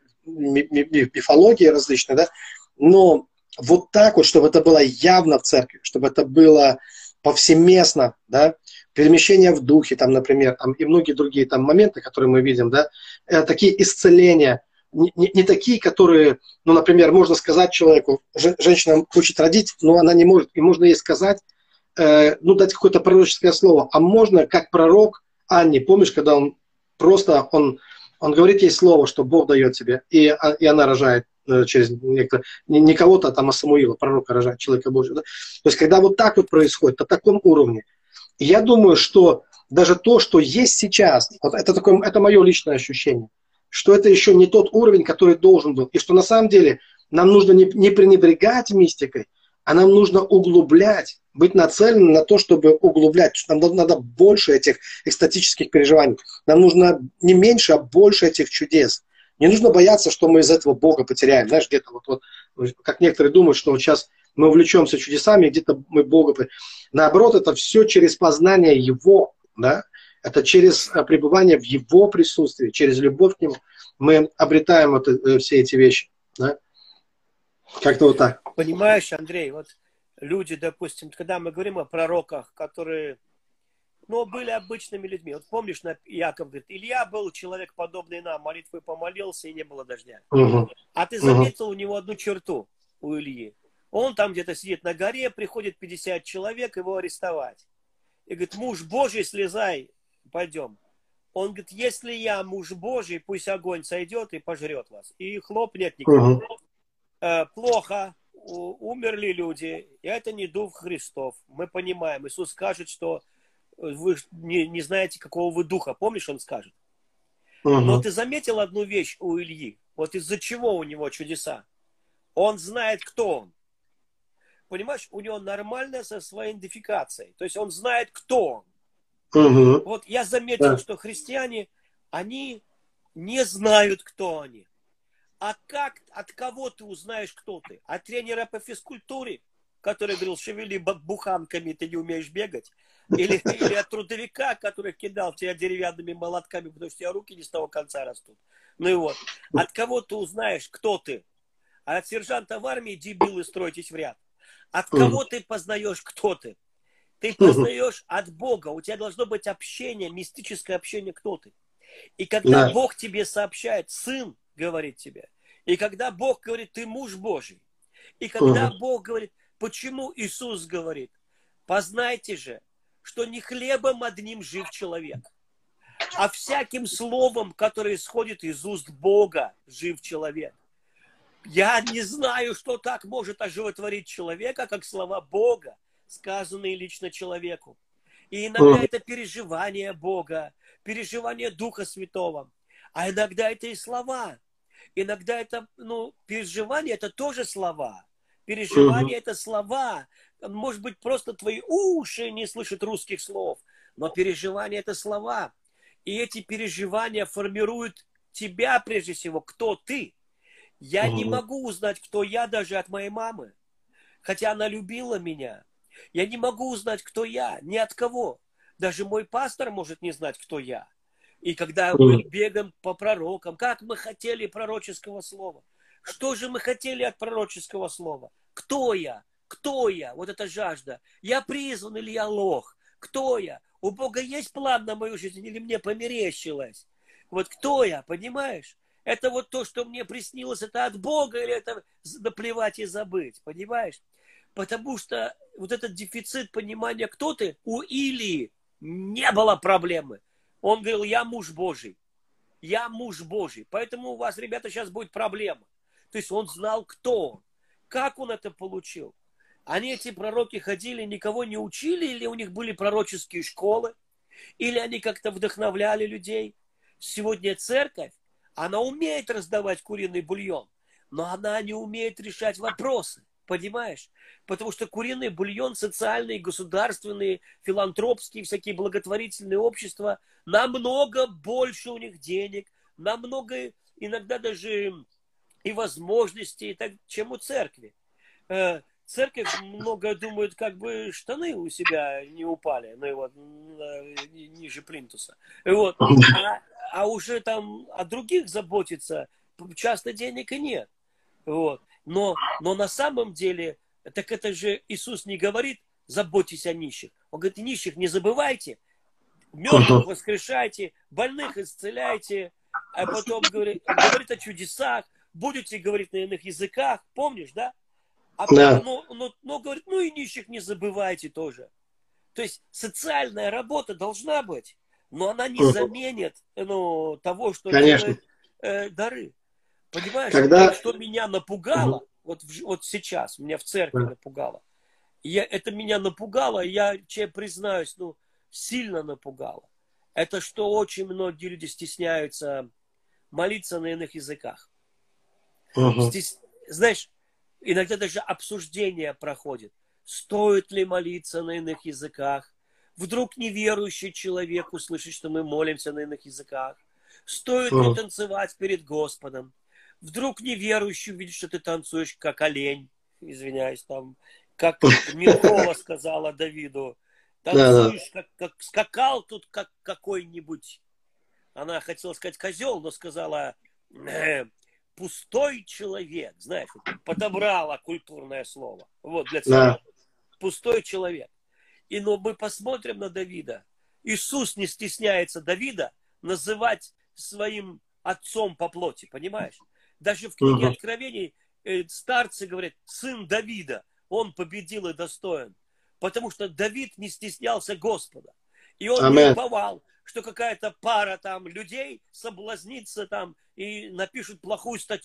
мифологией различной, да, но вот так вот, чтобы это было явно в церкви, чтобы это было повсеместно, да, перемещение в духе, там, например, там, и многие другие там моменты, которые мы видим, да, э, такие исцеления, не, не, не такие, которые, ну, например, можно сказать человеку, ж, женщина хочет родить, но она не может, и можно ей сказать, э, ну, дать какое-то пророческое слово, а можно, как пророк Анне, помнишь, когда он просто, он, он говорит ей слово, что Бог дает тебе, и, и она рожает э, через некоторые, не, не кого-то там, а Самуила, пророка рожает, человека Божьего. Да? То есть, когда вот так вот происходит, на таком уровне, я думаю, что даже то, что есть сейчас, вот это, такое, это мое личное ощущение, что это еще не тот уровень, который должен был, и что на самом деле нам нужно не, не пренебрегать мистикой, а нам нужно углублять, быть нацеленным на то, чтобы углублять. Нам надо больше этих экстатических переживаний. Нам нужно не меньше, а больше этих чудес. Не нужно бояться, что мы из этого Бога потеряем. Знаешь, где-то вот, вот как некоторые думают, что вот сейчас мы увлечемся чудесами, где-то мы Бога потеряем. Наоборот, это все через познание Его, да? Это через пребывание в Его присутствии, через любовь к Нему мы обретаем вот все эти вещи. Да? Как-то вот так. Понимаешь, Андрей, вот люди, допустим, когда мы говорим о пророках, которые, ну, были обычными людьми. Вот помнишь, Яков говорит, Илья был человек, подобный нам, молитвой помолился, и не было дождя. Угу. А ты Угу. заметил у него одну черту, у Ильи. Он там где-то сидит на горе, приходит пятьдесят человек его арестовать. И говорит, муж Божий, слезай, пойдем. Он говорит, если я муж Божий, пусть огонь сойдет и пожрет вас. И хлопнет никого. Угу. Э, плохо, у, умерли люди, и это не дух Христов. Мы понимаем, Иисус скажет, что вы не, не знаете, какого вы духа. Помнишь, он скажет? Угу. Но ты заметил одну вещь у Ильи? Вот из-за чего у него чудеса? Он знает, кто он. Понимаешь, у него нормальная со своей идентификацией. То есть он знает, кто он. Угу. Вот я заметил, Да. что христиане, они не знают, кто они. А как, от кого ты узнаешь, кто ты? От тренера по физкультуре, который говорил, шевели буханками, ты не умеешь бегать? Или, или от трудовика, который кидал тебя деревянными молотками, потому что у тебя руки не с того конца растут. Ну и вот. От кого ты узнаешь, кто ты? А от сержанта в армии дебилы, стройтесь в ряд. От кого ты познаешь, кто ты? Ты познаешь от Бога. У тебя должно быть общение, мистическое общение, кто ты. И когда Да. Бог тебе сообщает, Сын говорит тебе, и когда Бог говорит, ты муж Божий, и когда Мгм. Бог говорит, почему Иисус говорит, познайте же, что не хлебом одним жив человек, а всяким словом, которое исходит из уст Бога, жив человек. Я не знаю, что так может оживотворить человека, как слова Бога, сказанные лично человеку. И иногда Мгм. это переживание Бога, переживание Духа Святого. А иногда это и слова. Иногда это, ну, переживание это тоже слова. Переживание это слова. Может быть, просто твои уши не слышат русских слов. Но переживание это слова. И эти переживания формируют тебя прежде всего, кто ты. Я Мгм. не могу узнать, кто я, даже от моей мамы. Хотя она любила меня. Я не могу узнать, кто я, ни от кого. Даже мой пастор может не знать, кто я. И когда мы Мгм. бегаем по пророкам, как мы хотели пророческого слова. Что же мы хотели от пророческого слова? Кто я? Кто я? Вот эта жажда. Я призван или я лох? Кто я? У Бога есть план на мою жизнь или мне померещилось? Вот кто я, понимаешь? Это вот то, что мне приснилось, это от Бога или это наплевать и забыть, понимаешь? Потому что вот этот дефицит понимания, кто ты, у Илии не было проблемы. Он говорил, я муж Божий. Я муж Божий. Поэтому у вас, ребята, сейчас будет проблема. То есть он знал, кто он. Как он это получил? Они, эти пророки, ходили, никого не учили, или у них были пророческие школы, или они как-то вдохновляли людей. Сегодня церковь, она умеет раздавать куриный бульон, но она не умеет решать вопросы. Понимаешь? Потому что куриный бульон, социальные, государственные, филантропские, всякие благотворительные общества, намного больше у них денег, намного иногда даже и возможностей, чем у церкви. Церковь много думает, как бы штаны у себя не упали, ну и вот ниже плинтуса. И вот. А, а уже там о других заботиться часто денег и нет. Вот. Но, но на самом деле, так это же Иисус не говорит, заботьтесь о нищих. Он говорит, нищих не забывайте, мертвых воскрешайте, больных исцеляйте, а потом говорит, говорит о чудесах, будете говорить на иных языках, помнишь, да? А Да. но, но, но говорит, ну и нищих не забывайте тоже. То есть социальная работа должна быть, но она не заменит ну, того, что Конечно. делают э, дары. Понимаешь, Когда... что меня напугало, угу. вот, вот сейчас, меня в церкви да. напугало. Я, это меня напугало, я тебе признаюсь, ну, сильно напугало. Это что очень многие люди стесняются молиться на иных языках. Угу. Стес... Знаешь, иногда даже обсуждение проходит. Стоит ли молиться на иных языках? Вдруг неверующий человек услышит, что мы молимся на иных языках. Стоит угу. ли танцевать перед Господом? Вдруг неверующий увидит, что ты танцуешь как олень, извиняюсь, там, как Михола сказала Давиду, танцуешь, как, как скакал тут как какой-нибудь, она хотела сказать козел, но сказала э, пустой человек, знаешь, подобрала культурное слово, вот, для церкви. пустой человек. И но мы посмотрим на Давида. Иисус не стесняется Давида называть своим отцом по плоти, понимаешь? Даже в книге Мгм. Откровений э, старцы говорят, сын Давида, он победил и достоин. Потому что Давид не стеснялся Господа. И он не Амен. уповал, что какая-то пара там людей соблазнится там и напишут плохую статью